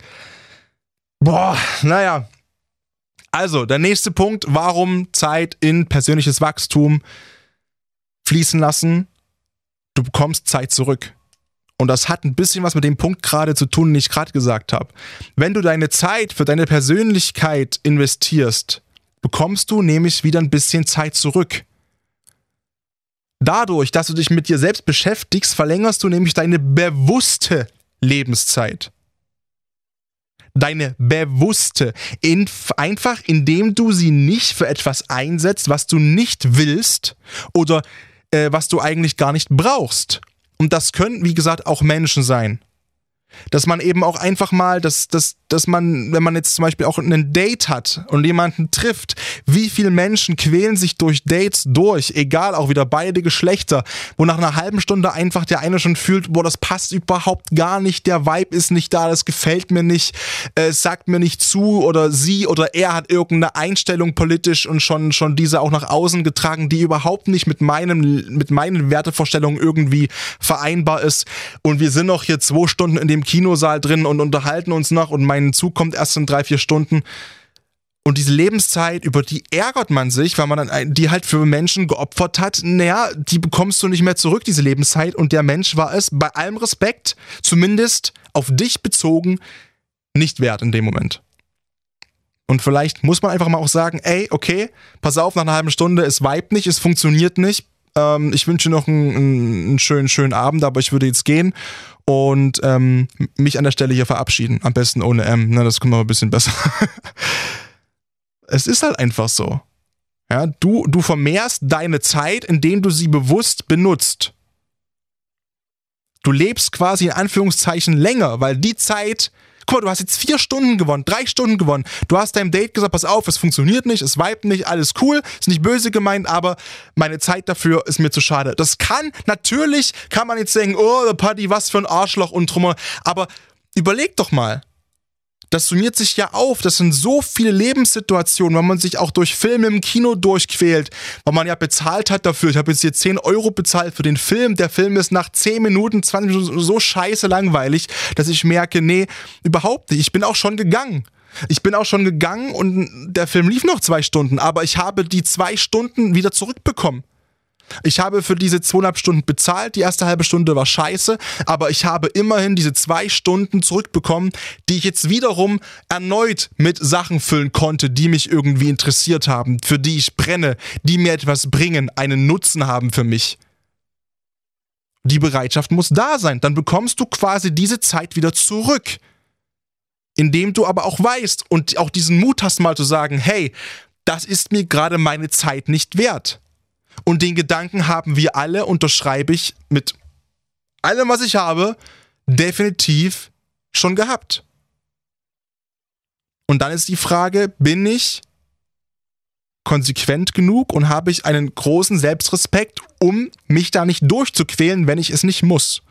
naja. Also, der nächste Punkt, warum Zeit in persönliches Wachstum fließen lassen. Du bekommst Zeit zurück. Und das hat ein bisschen was mit dem Punkt gerade zu tun, den ich gerade gesagt habe. Wenn du deine Zeit für deine Persönlichkeit investierst, bekommst du nämlich wieder ein bisschen Zeit zurück. Dadurch, dass du dich mit dir selbst beschäftigst, verlängerst du nämlich deine bewusste Lebenszeit. Deine bewusste. Einfach indem du sie nicht für etwas einsetzt, was du nicht willst oder was du eigentlich gar nicht brauchst. Und das können, wie gesagt, auch Menschen sein. Dass man eben auch einfach mal, dass man, wenn man jetzt zum Beispiel auch ein Date hat und jemanden trifft, wie viele Menschen quälen sich durch Dates durch, egal, auch wieder beide Geschlechter, wo nach einer halben Stunde einfach der eine schon fühlt, boah, das passt überhaupt gar nicht, der Vibe ist nicht da, das gefällt mir nicht, es sagt mir nicht zu oder sie oder er hat irgendeine Einstellung politisch und schon diese auch nach außen getragen, die überhaupt nicht mit meinen Wertevorstellungen irgendwie vereinbar ist und wir sind noch hier 2 Stunden in dem Kinosaal drin und unterhalten uns noch und mein Zug kommt erst in 3-4 Stunden. Und diese Lebenszeit, über die ärgert man sich, weil man dann die halt für Menschen geopfert hat. Naja, die bekommst du nicht mehr zurück, diese Lebenszeit. Und der Mensch war es, bei allem Respekt, zumindest auf dich bezogen, nicht wert in dem Moment. Und vielleicht muss man einfach mal auch sagen, ey, okay, pass auf, nach einer halben Stunde, es vibet nicht, es funktioniert nicht. Ich wünsche noch einen schönen Abend, aber ich würde jetzt gehen und mich an der Stelle hier verabschieden. Am besten ohne M, ne, das kommt noch ein bisschen besser. Es ist halt einfach so. Ja, du vermehrst deine Zeit, indem du sie bewusst benutzt. Du lebst quasi in Anführungszeichen länger, weil die Zeit... Guck mal, du hast jetzt 4 Stunden gewonnen, 3 Stunden gewonnen. Du hast deinem Date gesagt, pass auf, es funktioniert nicht, es vibet nicht, alles cool, ist nicht böse gemeint, aber meine Zeit dafür ist mir zu schade. Natürlich kann man jetzt denken, oh, der Paddy, was für ein Arschloch und drum, aber überleg doch mal. Das summiert sich ja auf, das sind so viele Lebenssituationen, wenn man sich auch durch Filme im Kino durchquält, weil man ja bezahlt hat dafür. Ich habe jetzt hier 10 Euro bezahlt für den Film, der Film ist nach 10 Minuten, 20 Minuten so scheiße langweilig, dass ich merke, nee, überhaupt nicht, ich bin auch schon gegangen. Und der Film lief noch 2 Stunden, aber ich habe die 2 Stunden wieder zurückbekommen. Ich habe für diese 2,5 Stunden bezahlt, die erste halbe Stunde war scheiße, aber ich habe immerhin diese 2 Stunden zurückbekommen, die ich jetzt wiederum erneut mit Sachen füllen konnte, die mich irgendwie interessiert haben, für die ich brenne, die mir etwas bringen, einen Nutzen haben für mich. Die Bereitschaft muss da sein, dann bekommst du quasi diese Zeit wieder zurück. Indem du aber auch weißt und auch diesen Mut hast mal zu sagen, hey, das ist mir gerade meine Zeit nicht wert. Und den Gedanken haben wir alle, unterschreibe ich mit allem, was ich habe, definitiv schon gehabt. Und dann ist die Frage, bin ich konsequent genug und habe ich einen großen Selbstrespekt, um mich da nicht durchzuquälen, wenn ich es nicht muss?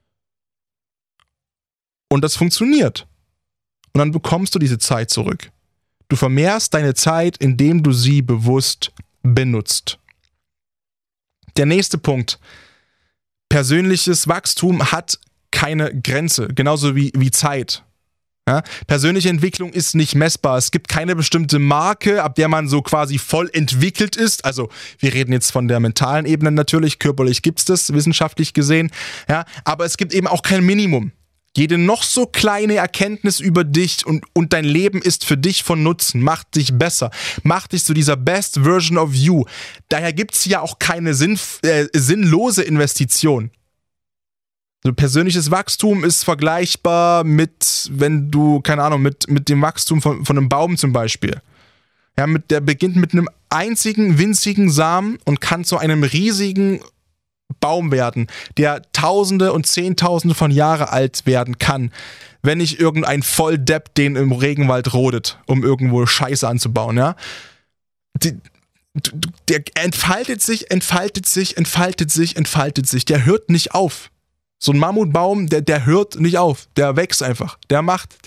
Und das funktioniert. Und dann bekommst du diese Zeit zurück. Du vermehrst deine Zeit, indem du sie bewusst benutzt. Der nächste Punkt. Persönliches Wachstum hat keine Grenze, genauso wie Zeit. Ja? Persönliche Entwicklung ist nicht messbar. Es gibt keine bestimmte Marke, ab der man so quasi voll entwickelt ist. Also wir reden jetzt von der mentalen Ebene natürlich, körperlich gibt es das, wissenschaftlich gesehen. Ja? Aber es gibt eben auch kein Minimum. Jede noch so kleine Erkenntnis über dich und dein Leben ist für dich von Nutzen, macht dich besser, macht dich zu dieser Best Version of You. Daher gibt es ja auch keine sinnlose Investition. Also persönliches Wachstum ist vergleichbar mit, wenn du, keine Ahnung, mit dem Wachstum von einem Baum zum Beispiel. Ja, der beginnt mit einem einzigen winzigen Samen und kann zu einem riesigen Baum werden, der Tausende und Zehntausende von Jahren alt werden kann, wenn nicht irgendein Volldepp den im Regenwald rodet, um irgendwo Scheiße anzubauen, ja. Der entfaltet sich, der hört nicht auf. So ein Mammutbaum, der hört nicht auf, der wächst einfach, der macht.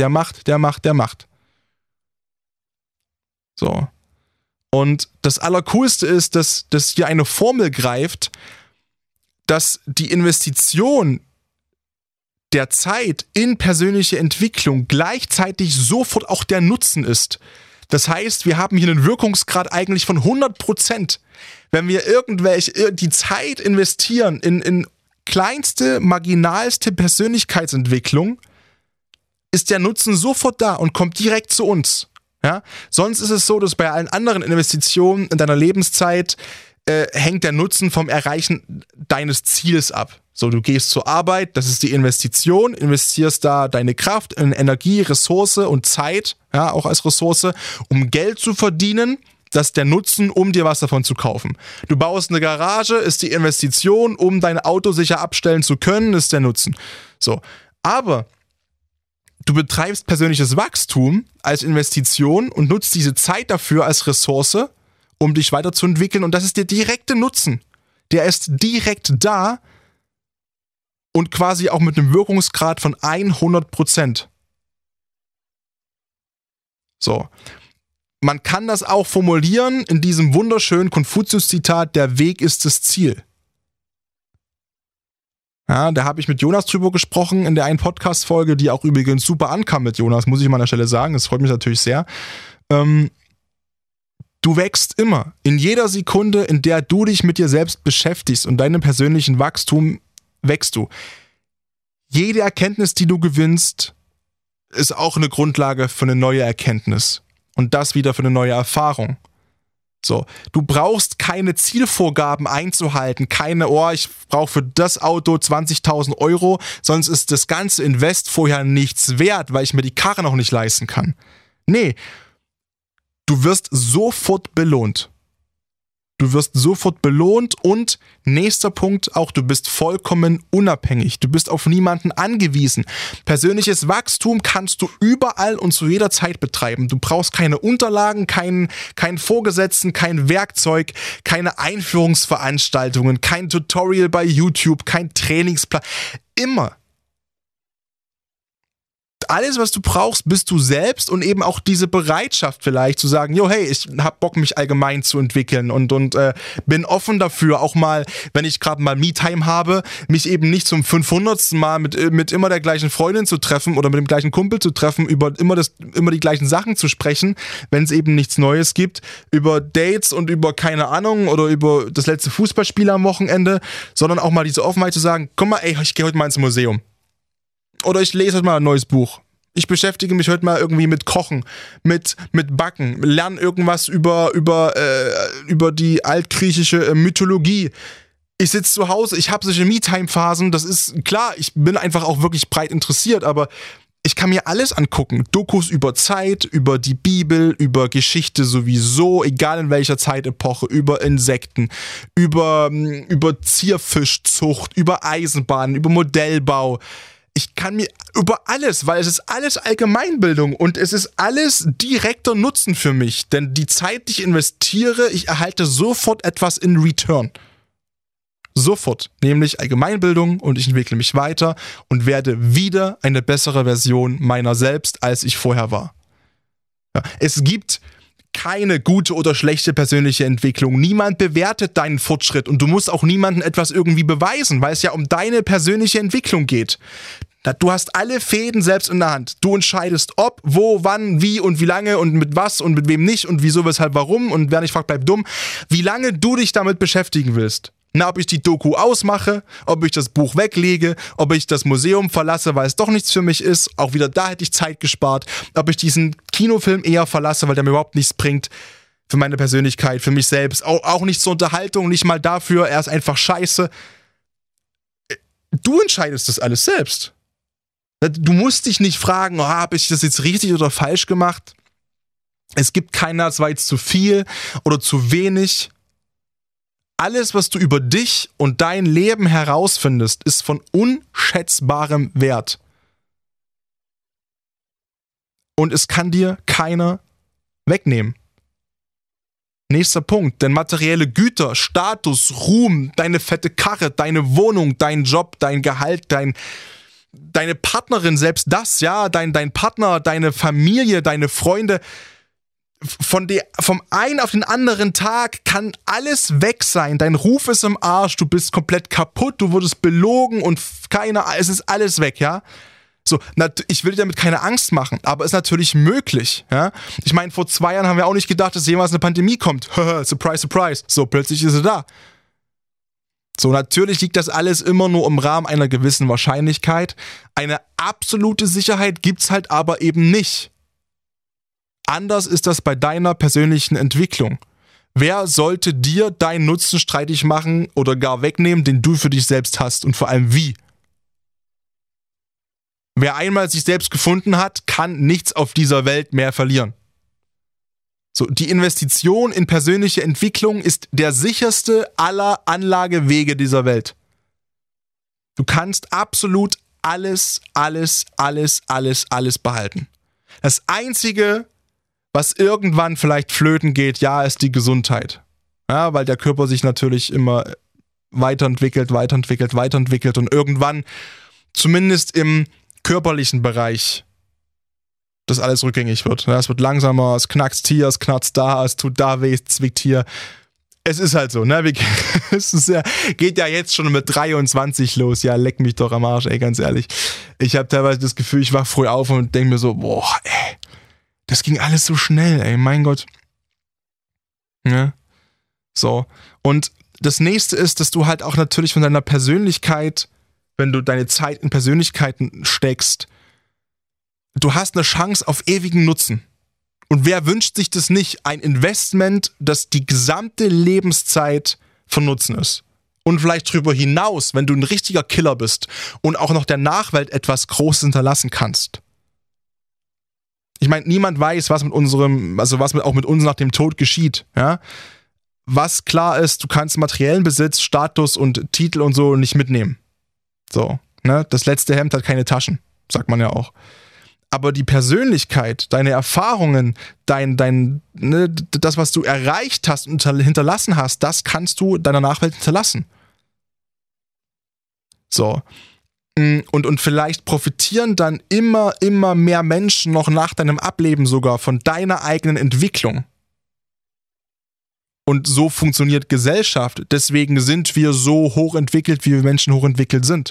So. Und das Allercoolste ist, dass hier eine Formel greift, dass die Investition der Zeit in persönliche Entwicklung gleichzeitig sofort auch der Nutzen ist. Das heißt, wir haben hier einen Wirkungsgrad eigentlich von 100%. Wenn wir die Zeit investieren in kleinste, marginalste Persönlichkeitsentwicklung, ist der Nutzen sofort da und kommt direkt zu uns. Ja? Sonst ist es so, dass bei allen anderen Investitionen in deiner Lebenszeit hängt der Nutzen vom Erreichen deines Ziels ab. So, du gehst zur Arbeit, das ist die Investition, investierst da deine Kraft, in Energie, Ressource und Zeit, ja, auch als Ressource, um Geld zu verdienen. Das ist der Nutzen, um dir was davon zu kaufen. Du baust eine Garage, ist die Investition, um dein Auto sicher abstellen zu können, ist der Nutzen. So, aber du betreibst persönliches Wachstum als Investition und nutzt diese Zeit dafür als Ressource, um dich weiterzuentwickeln, und das ist der direkte Nutzen. Der ist direkt da und quasi auch mit einem Wirkungsgrad von 100%. So. Man kann das auch formulieren in diesem wunderschönen Konfuzius-Zitat: Der Weg ist das Ziel. Ja, da habe ich mit Jonas drüber gesprochen in der einen Podcast-Folge, die auch übrigens super ankam mit Jonas, muss ich mal an der Stelle sagen. Das freut mich natürlich sehr. Du wächst immer. In jeder Sekunde, in der du dich mit dir selbst beschäftigst und deinem persönlichen Wachstum, wächst du. Jede Erkenntnis, die du gewinnst, ist auch eine Grundlage für eine neue Erkenntnis. Und das wieder für eine neue Erfahrung. So, du brauchst keine Zielvorgaben einzuhalten, ich brauche für das Auto 20.000 Euro, sonst ist das ganze Invest vorher nichts wert, weil ich mir die Karre noch nicht leisten kann. Nee, du wirst sofort belohnt. Und nächster Punkt auch, du bist vollkommen unabhängig. Du bist auf niemanden angewiesen. Persönliches Wachstum kannst du überall und zu jeder Zeit betreiben. Du brauchst keine Unterlagen, keinen Vorgesetzten, kein Werkzeug, keine Einführungsveranstaltungen, kein Tutorial bei YouTube, kein Trainingsplan. Immer. Alles, was du brauchst, bist du selbst, und eben auch diese Bereitschaft vielleicht zu sagen, hey, ich hab Bock, mich allgemein zu entwickeln und bin offen dafür, auch mal, wenn ich gerade mal Me-Time habe, mich eben nicht zum 500. Mal mit immer der gleichen Freundin zu treffen oder mit dem gleichen Kumpel zu treffen, über immer die gleichen Sachen zu sprechen, wenn es eben nichts Neues gibt, über Dates und über keine Ahnung oder über das letzte Fußballspiel am Wochenende, sondern auch mal diese Offenheit zu sagen, guck mal, ich gehe heute mal ins Museum. Oder ich lese heute mal ein neues Buch. Ich beschäftige mich heute mal irgendwie mit Kochen, mit Backen, lerne irgendwas über die altgriechische Mythologie. Ich sitze zu Hause, ich habe solche Me-Time-Phasen, das ist klar, ich bin einfach auch wirklich breit interessiert, aber ich kann mir alles angucken. Dokus über Zeit, über die Bibel, über Geschichte sowieso, egal in welcher Zeitepoche, über Insekten, über Zierfischzucht, über Eisenbahnen, über Modellbau. Ich kann mir über alles, weil es ist alles Allgemeinbildung und es ist alles direkter Nutzen für mich. Denn die Zeit, die ich investiere, ich erhalte sofort etwas in Return. Sofort. Nämlich Allgemeinbildung, und ich entwickle mich weiter und werde wieder eine bessere Version meiner selbst, als ich vorher war. Ja, es gibt keine gute oder schlechte persönliche Entwicklung. Niemand bewertet deinen Fortschritt und du musst auch niemandem etwas irgendwie beweisen, weil es ja um deine persönliche Entwicklung geht. Du hast alle Fäden selbst in der Hand. Du entscheidest ob, wo, wann, wie und wie lange und mit was und mit wem nicht und wieso, weshalb, warum, und wer nicht fragt, bleibt dumm. Wie lange du dich damit beschäftigen willst. Na, ob ich die Doku ausmache, ob ich das Buch weglege, ob ich das Museum verlasse, weil es doch nichts für mich ist. Auch wieder da hätte ich Zeit gespart. Ob ich diesen Kinofilm eher verlasse, weil der mir überhaupt nichts bringt für meine Persönlichkeit, für mich selbst. Auch nicht zur Unterhaltung, nicht mal dafür. Er ist einfach scheiße. Du entscheidest das alles selbst. Du musst dich nicht fragen, habe ich das jetzt richtig oder falsch gemacht? Es gibt keiner, das war jetzt zu viel oder zu wenig. Alles, was du über dich und dein Leben herausfindest, ist von unschätzbarem Wert. Und es kann dir keiner wegnehmen. Nächster Punkt, denn materielle Güter, Status, Ruhm, deine fette Karre, deine Wohnung, dein Job, dein Gehalt, deine Partnerin, selbst das, ja, dein Partner, deine Familie, deine Freunde, vom einen auf den anderen Tag kann alles weg sein. Dein Ruf ist im Arsch, du bist komplett kaputt, du wurdest belogen und es ist alles weg, ja. So, ich will dir damit keine Angst machen, aber ist natürlich möglich, ja. Ich meine, vor 2 Jahren haben wir auch nicht gedacht, dass jemals eine Pandemie kommt. Surprise, surprise. So, plötzlich ist sie da. So, natürlich liegt das alles immer nur im Rahmen einer gewissen Wahrscheinlichkeit. Eine absolute Sicherheit gibt's halt aber eben nicht. Anders ist das bei deiner persönlichen Entwicklung. Wer sollte dir deinen Nutzen streitig machen oder gar wegnehmen, den du für dich selbst hast und vor allem wie? Wer einmal sich selbst gefunden hat, kann nichts auf dieser Welt mehr verlieren. So, die Investition in persönliche Entwicklung ist der sicherste aller Anlagewege dieser Welt. Du kannst absolut alles behalten. Das Einzige, was irgendwann vielleicht flöten geht, ja, ist die Gesundheit. Ja, weil der Körper sich natürlich immer weiterentwickelt und irgendwann, zumindest im körperlichen Bereich, das alles rückgängig wird. Ja, es wird langsamer, es knackst hier, es knarzt da, es tut da weh, es zwickt hier. Es ist halt so, ne? Geht ja jetzt schon mit 23 los. Ja, leck mich doch am Arsch, ey, ganz ehrlich. Ich habe teilweise das Gefühl, ich wach früh auf und denke mir so, boah, ey, das ging alles so schnell, ey, mein Gott. Ja. So. Und das nächste ist, dass du halt auch natürlich von deiner Persönlichkeit, wenn du deine Zeit in Persönlichkeiten steckst, du hast eine Chance auf ewigen Nutzen. Und wer wünscht sich das nicht? Ein Investment, das die gesamte Lebenszeit von Nutzen ist. Und vielleicht darüber hinaus, wenn du ein richtiger Killer bist und auch noch der Nachwelt etwas Großes hinterlassen kannst. Ich meine, niemand weiß, was mit uns nach dem Tod geschieht. Ja? Was klar ist, du kannst materiellen Besitz, Status und Titel und so nicht mitnehmen. So, ne? Das letzte Hemd hat keine Taschen, sagt man ja auch. Aber die Persönlichkeit, deine Erfahrungen, das, was du erreicht hast und hinterlassen hast, das kannst du deiner Nachwelt hinterlassen. So. Und vielleicht profitieren dann immer mehr Menschen noch nach deinem Ableben sogar von deiner eigenen Entwicklung. Und so funktioniert Gesellschaft. Deswegen sind wir so hochentwickelt, wie wir Menschen hochentwickelt sind.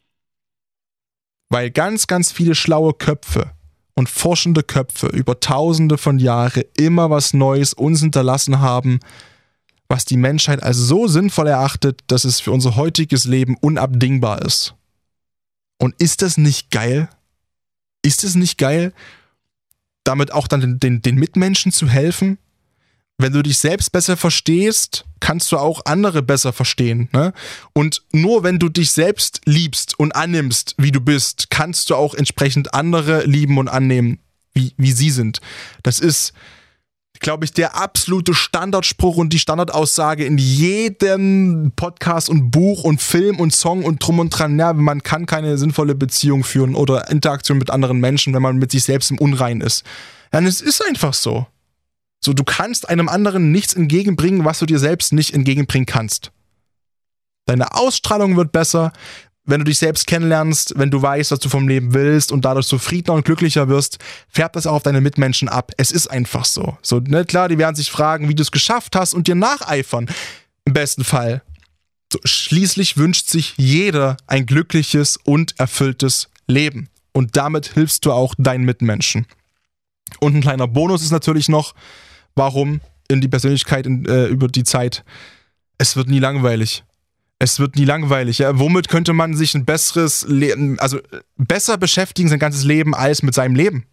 Weil ganz viele schlaue Köpfe und forschende Köpfe über Tausende von Jahren immer was Neues uns hinterlassen haben, was die Menschheit als so sinnvoll erachtet, dass es für unser heutiges Leben unabdingbar ist. Und ist das nicht geil? Ist es nicht geil, damit auch dann den Mitmenschen zu helfen? Wenn du dich selbst besser verstehst, kannst du auch andere besser verstehen. Ne? Und nur wenn du dich selbst liebst und annimmst, wie du bist, kannst du auch entsprechend andere lieben und annehmen, wie sie sind. Das ist, glaube ich, der absolute Standardspruch und die Standardaussage in jedem Podcast und Buch und Film und Song und drum und dran. Ja, man kann keine sinnvolle Beziehung führen oder Interaktion mit anderen Menschen, wenn man mit sich selbst im Unrein ist. Ja, es ist einfach so. So, du kannst einem anderen nichts entgegenbringen, was du dir selbst nicht entgegenbringen kannst. Deine Ausstrahlung wird besser, wenn du dich selbst kennenlernst, wenn du weißt, was du vom Leben willst und dadurch zufriedener und glücklicher wirst, färbt das auch auf deine Mitmenschen ab. Es ist einfach so. So, ne, klar, die werden sich fragen, wie du es geschafft hast und dir nacheifern. Im besten Fall. So, schließlich wünscht sich jeder ein glückliches und erfülltes Leben. Und damit hilfst du auch deinen Mitmenschen. Und ein kleiner Bonus ist natürlich noch, warum in die Persönlichkeit über die Zeit, es wird nie langweilig. Es wird nie langweilig. Ja? Womit könnte man sich ein besseres Leben, also besser beschäftigen sein ganzes Leben als mit seinem Leben?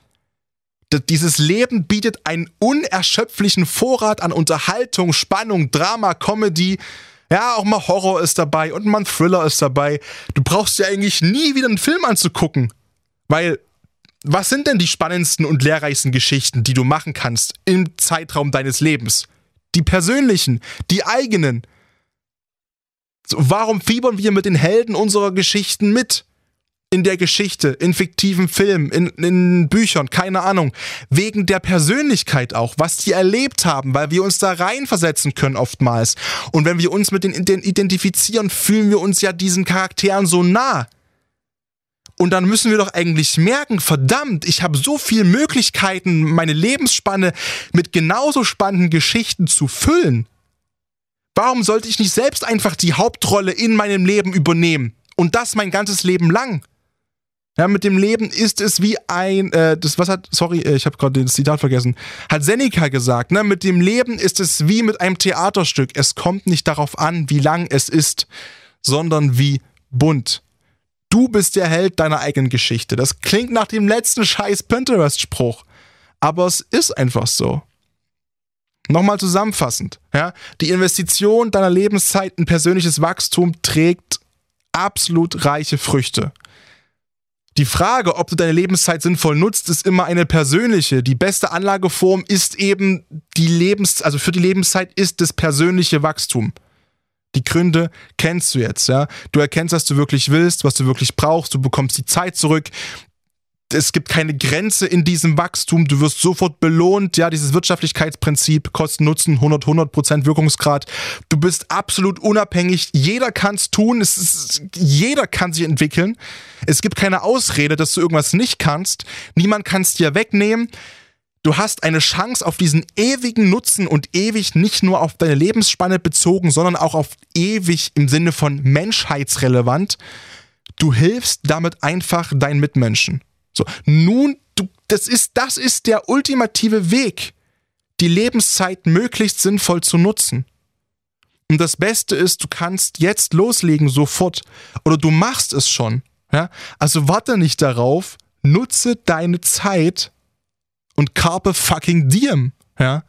Dieses Leben bietet einen unerschöpflichen Vorrat an Unterhaltung, Spannung, Drama, Comedy. Ja, auch mal Horror ist dabei und mal ein Thriller ist dabei. Du brauchst ja eigentlich nie wieder einen Film anzugucken. Weil, was sind denn die spannendsten und lehrreichsten Geschichten, die du machen kannst im Zeitraum deines Lebens? Die persönlichen, die eigenen. So, warum fiebern wir mit den Helden unserer Geschichten mit? In der Geschichte, in fiktiven Filmen, in Büchern, keine Ahnung. Wegen der Persönlichkeit auch, was die erlebt haben, weil wir uns da reinversetzen können oftmals. Und wenn wir uns mit denen identifizieren, fühlen wir uns ja diesen Charakteren so nah. Und dann müssen wir doch eigentlich merken, verdammt, ich habe so viele Möglichkeiten, meine Lebensspanne mit genauso spannenden Geschichten zu füllen. Warum sollte ich nicht selbst einfach die Hauptrolle in meinem Leben übernehmen? Und das mein ganzes Leben lang? Ja, mit dem Leben ist es wie ein, ich habe gerade das Zitat vergessen, hat Seneca gesagt, ne? Mit dem Leben ist es wie mit einem Theaterstück. Es kommt nicht darauf an, wie lang es ist, sondern wie bunt. Du bist der Held deiner eigenen Geschichte. Das klingt nach dem letzten scheiß Pinterest-Spruch. Aber es ist einfach so. Nochmal zusammenfassend, ja? Die Investition deiner Lebenszeit in persönliches Wachstum trägt absolut reiche Früchte. Die Frage, ob du deine Lebenszeit sinnvoll nutzt, ist immer eine persönliche. Die beste Anlageform ist eben für die Lebenszeit ist das persönliche Wachstum. Die Gründe kennst du jetzt, ja. Du erkennst, was du wirklich willst, was du wirklich brauchst, du bekommst die Zeit zurück. Es gibt keine Grenze in diesem Wachstum, du wirst sofort belohnt, ja, dieses Wirtschaftlichkeitsprinzip, Kosten, Nutzen, 100% Wirkungsgrad. Du bist absolut unabhängig, jeder kann es tun, jeder kann sich entwickeln. Es gibt keine Ausrede, dass du irgendwas nicht kannst, niemand kann es dir wegnehmen. Du hast eine Chance auf diesen ewigen Nutzen und ewig nicht nur auf deine Lebensspanne bezogen, sondern auch auf ewig im Sinne von menschheitsrelevant. Du hilfst damit einfach deinen Mitmenschen. So, nun, das ist der ultimative Weg, die Lebenszeit möglichst sinnvoll zu nutzen. Und das Beste ist, du kannst jetzt loslegen, sofort. Oder du machst es schon. Ja? Also warte nicht darauf, nutze deine Zeit und carpe fucking diem. Ja?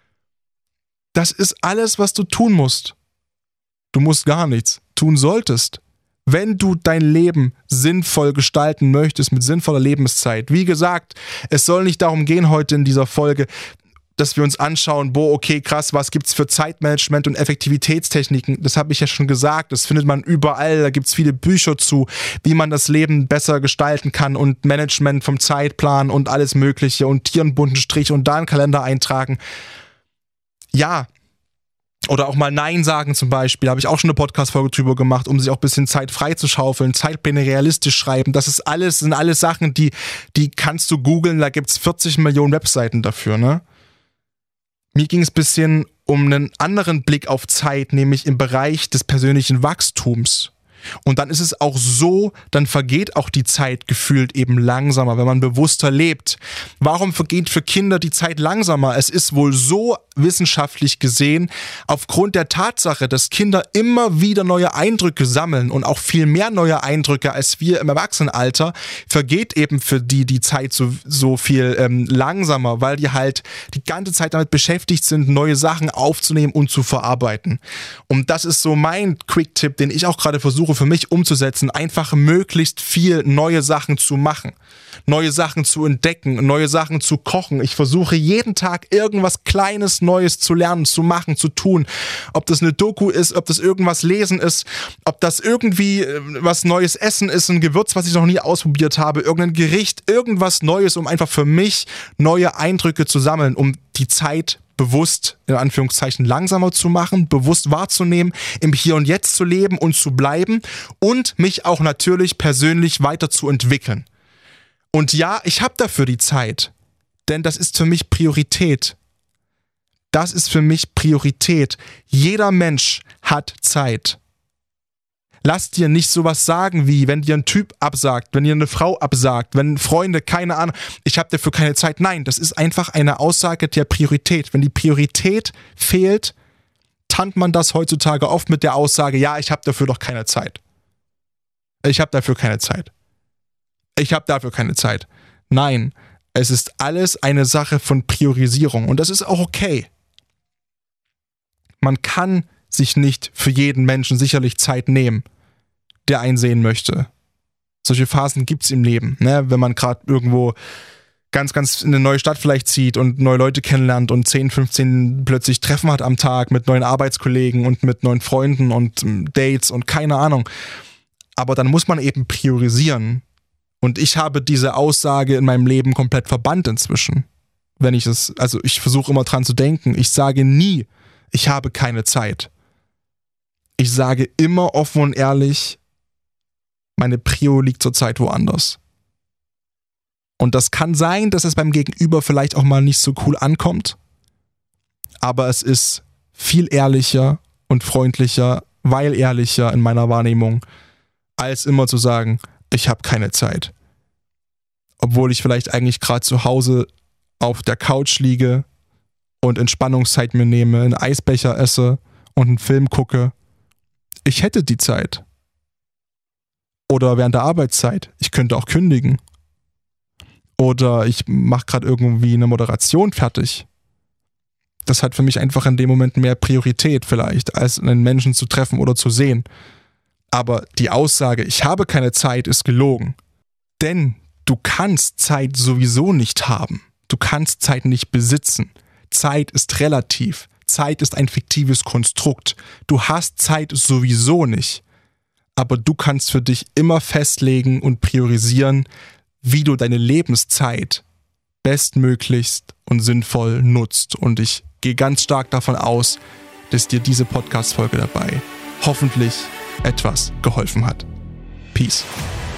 Das ist alles, was du tun musst. Du musst gar nichts. Tun solltest. Wenn du dein Leben sinnvoll gestalten möchtest, mit sinnvoller Lebenszeit. Wie gesagt, es soll nicht darum gehen heute in dieser Folge, dass wir uns anschauen, okay, krass, was gibt's für Zeitmanagement und Effektivitätstechniken? Das habe ich ja schon gesagt, das findet man überall, da gibt's viele Bücher zu, wie man das Leben besser gestalten kann und Management vom Zeitplan und alles mögliche und hier einen bunten Strich und da einen Kalender eintragen. Ja, oder auch mal Nein sagen zum Beispiel, habe ich auch schon eine Podcast-Folge drüber gemacht, um sich auch ein bisschen Zeit frei zu schaufeln, Zeitpläne realistisch schreiben, das sind alles Sachen, die kannst du googeln, da gibt's 40 Millionen Webseiten dafür, ne? Mir ging es ein bisschen um einen anderen Blick auf Zeit, nämlich im Bereich des persönlichen Wachstums. Und dann ist es auch so, dann vergeht auch die Zeit gefühlt eben langsamer, wenn man bewusster lebt. Warum vergeht für Kinder die Zeit langsamer? Es ist wohl so wissenschaftlich gesehen, aufgrund der Tatsache, dass Kinder immer wieder neue Eindrücke sammeln und auch viel mehr neue Eindrücke als wir im Erwachsenenalter, vergeht eben für die Zeit so viel langsamer, weil die halt die ganze Zeit damit beschäftigt sind, neue Sachen aufzunehmen und zu verarbeiten. Und das ist so mein Quick-Tipp, den ich auch gerade versuche für mich umzusetzen, einfach möglichst viel neue Sachen zu machen, neue Sachen zu entdecken, neue Sachen zu kochen. Ich versuche jeden Tag irgendwas Kleines, Neues zu lernen, zu machen, zu tun. Ob das eine Doku ist, ob das irgendwas lesen ist, ob das irgendwie was Neues essen ist, ein Gewürz, was ich noch nie ausprobiert habe, irgendein Gericht, irgendwas Neues, um einfach für mich neue Eindrücke zu sammeln, um die Zeit bewusst, in Anführungszeichen, langsamer zu machen, bewusst wahrzunehmen, im Hier und Jetzt zu leben und zu bleiben und mich auch natürlich persönlich weiterzuentwickeln. Und ja, ich habe dafür die Zeit, denn das ist für mich Priorität. Das ist für mich Priorität. Jeder Mensch hat Zeit. Lass dir nicht sowas sagen wie, wenn dir ein Typ absagt, wenn dir eine Frau absagt, wenn Freunde, keine Ahnung, ich habe dafür keine Zeit. Nein, das ist einfach eine Aussage der Priorität. Wenn die Priorität fehlt, tarnt man das heutzutage oft mit der Aussage, ja, ich habe dafür doch keine Zeit. Ich habe dafür keine Zeit. Ich habe dafür keine Zeit. Nein, es ist alles eine Sache von Priorisierung und das ist auch okay. Man kann sich nicht für jeden Menschen sicherlich Zeit nehmen, der einen sehen möchte. Solche Phasen gibt es im Leben, ne? Wenn man gerade irgendwo ganz in eine neue Stadt vielleicht zieht und neue Leute kennenlernt und 10, 15 plötzlich Treffen hat am Tag mit neuen Arbeitskollegen und mit neuen Freunden und Dates und keine Ahnung. Aber dann muss man eben priorisieren. Und ich habe diese Aussage in meinem Leben komplett verbannt inzwischen. Ich versuche immer dran zu denken. Ich sage nie, ich habe keine Zeit. Ich sage immer offen und ehrlich, meine Prio liegt zurzeit woanders. Und das kann sein, dass es beim Gegenüber vielleicht auch mal nicht so cool ankommt. Aber es ist viel ehrlicher und freundlicher, weil ehrlicher in meiner Wahrnehmung, als immer zu sagen, ich habe keine Zeit. Obwohl ich vielleicht eigentlich gerade zu Hause auf der Couch liege und Entspannungszeit mir nehme, einen Eisbecher esse und einen Film gucke. Ich hätte die Zeit. Oder während der Arbeitszeit. Ich könnte auch kündigen. Oder ich mache gerade irgendwie eine Moderation fertig. Das hat für mich einfach in dem Moment mehr Priorität vielleicht, als einen Menschen zu treffen oder zu sehen. Aber die Aussage, ich habe keine Zeit, ist gelogen. Denn du kannst Zeit sowieso nicht haben. Du kannst Zeit nicht besitzen. Zeit ist relativ. Zeit ist ein fiktives Konstrukt. Du hast Zeit sowieso nicht. Aber du kannst für dich immer festlegen und priorisieren, wie du deine Lebenszeit bestmöglichst und sinnvoll nutzt. Und ich gehe ganz stark davon aus, dass dir diese Podcast-Folge dabei hoffentlich etwas geholfen hat. Peace.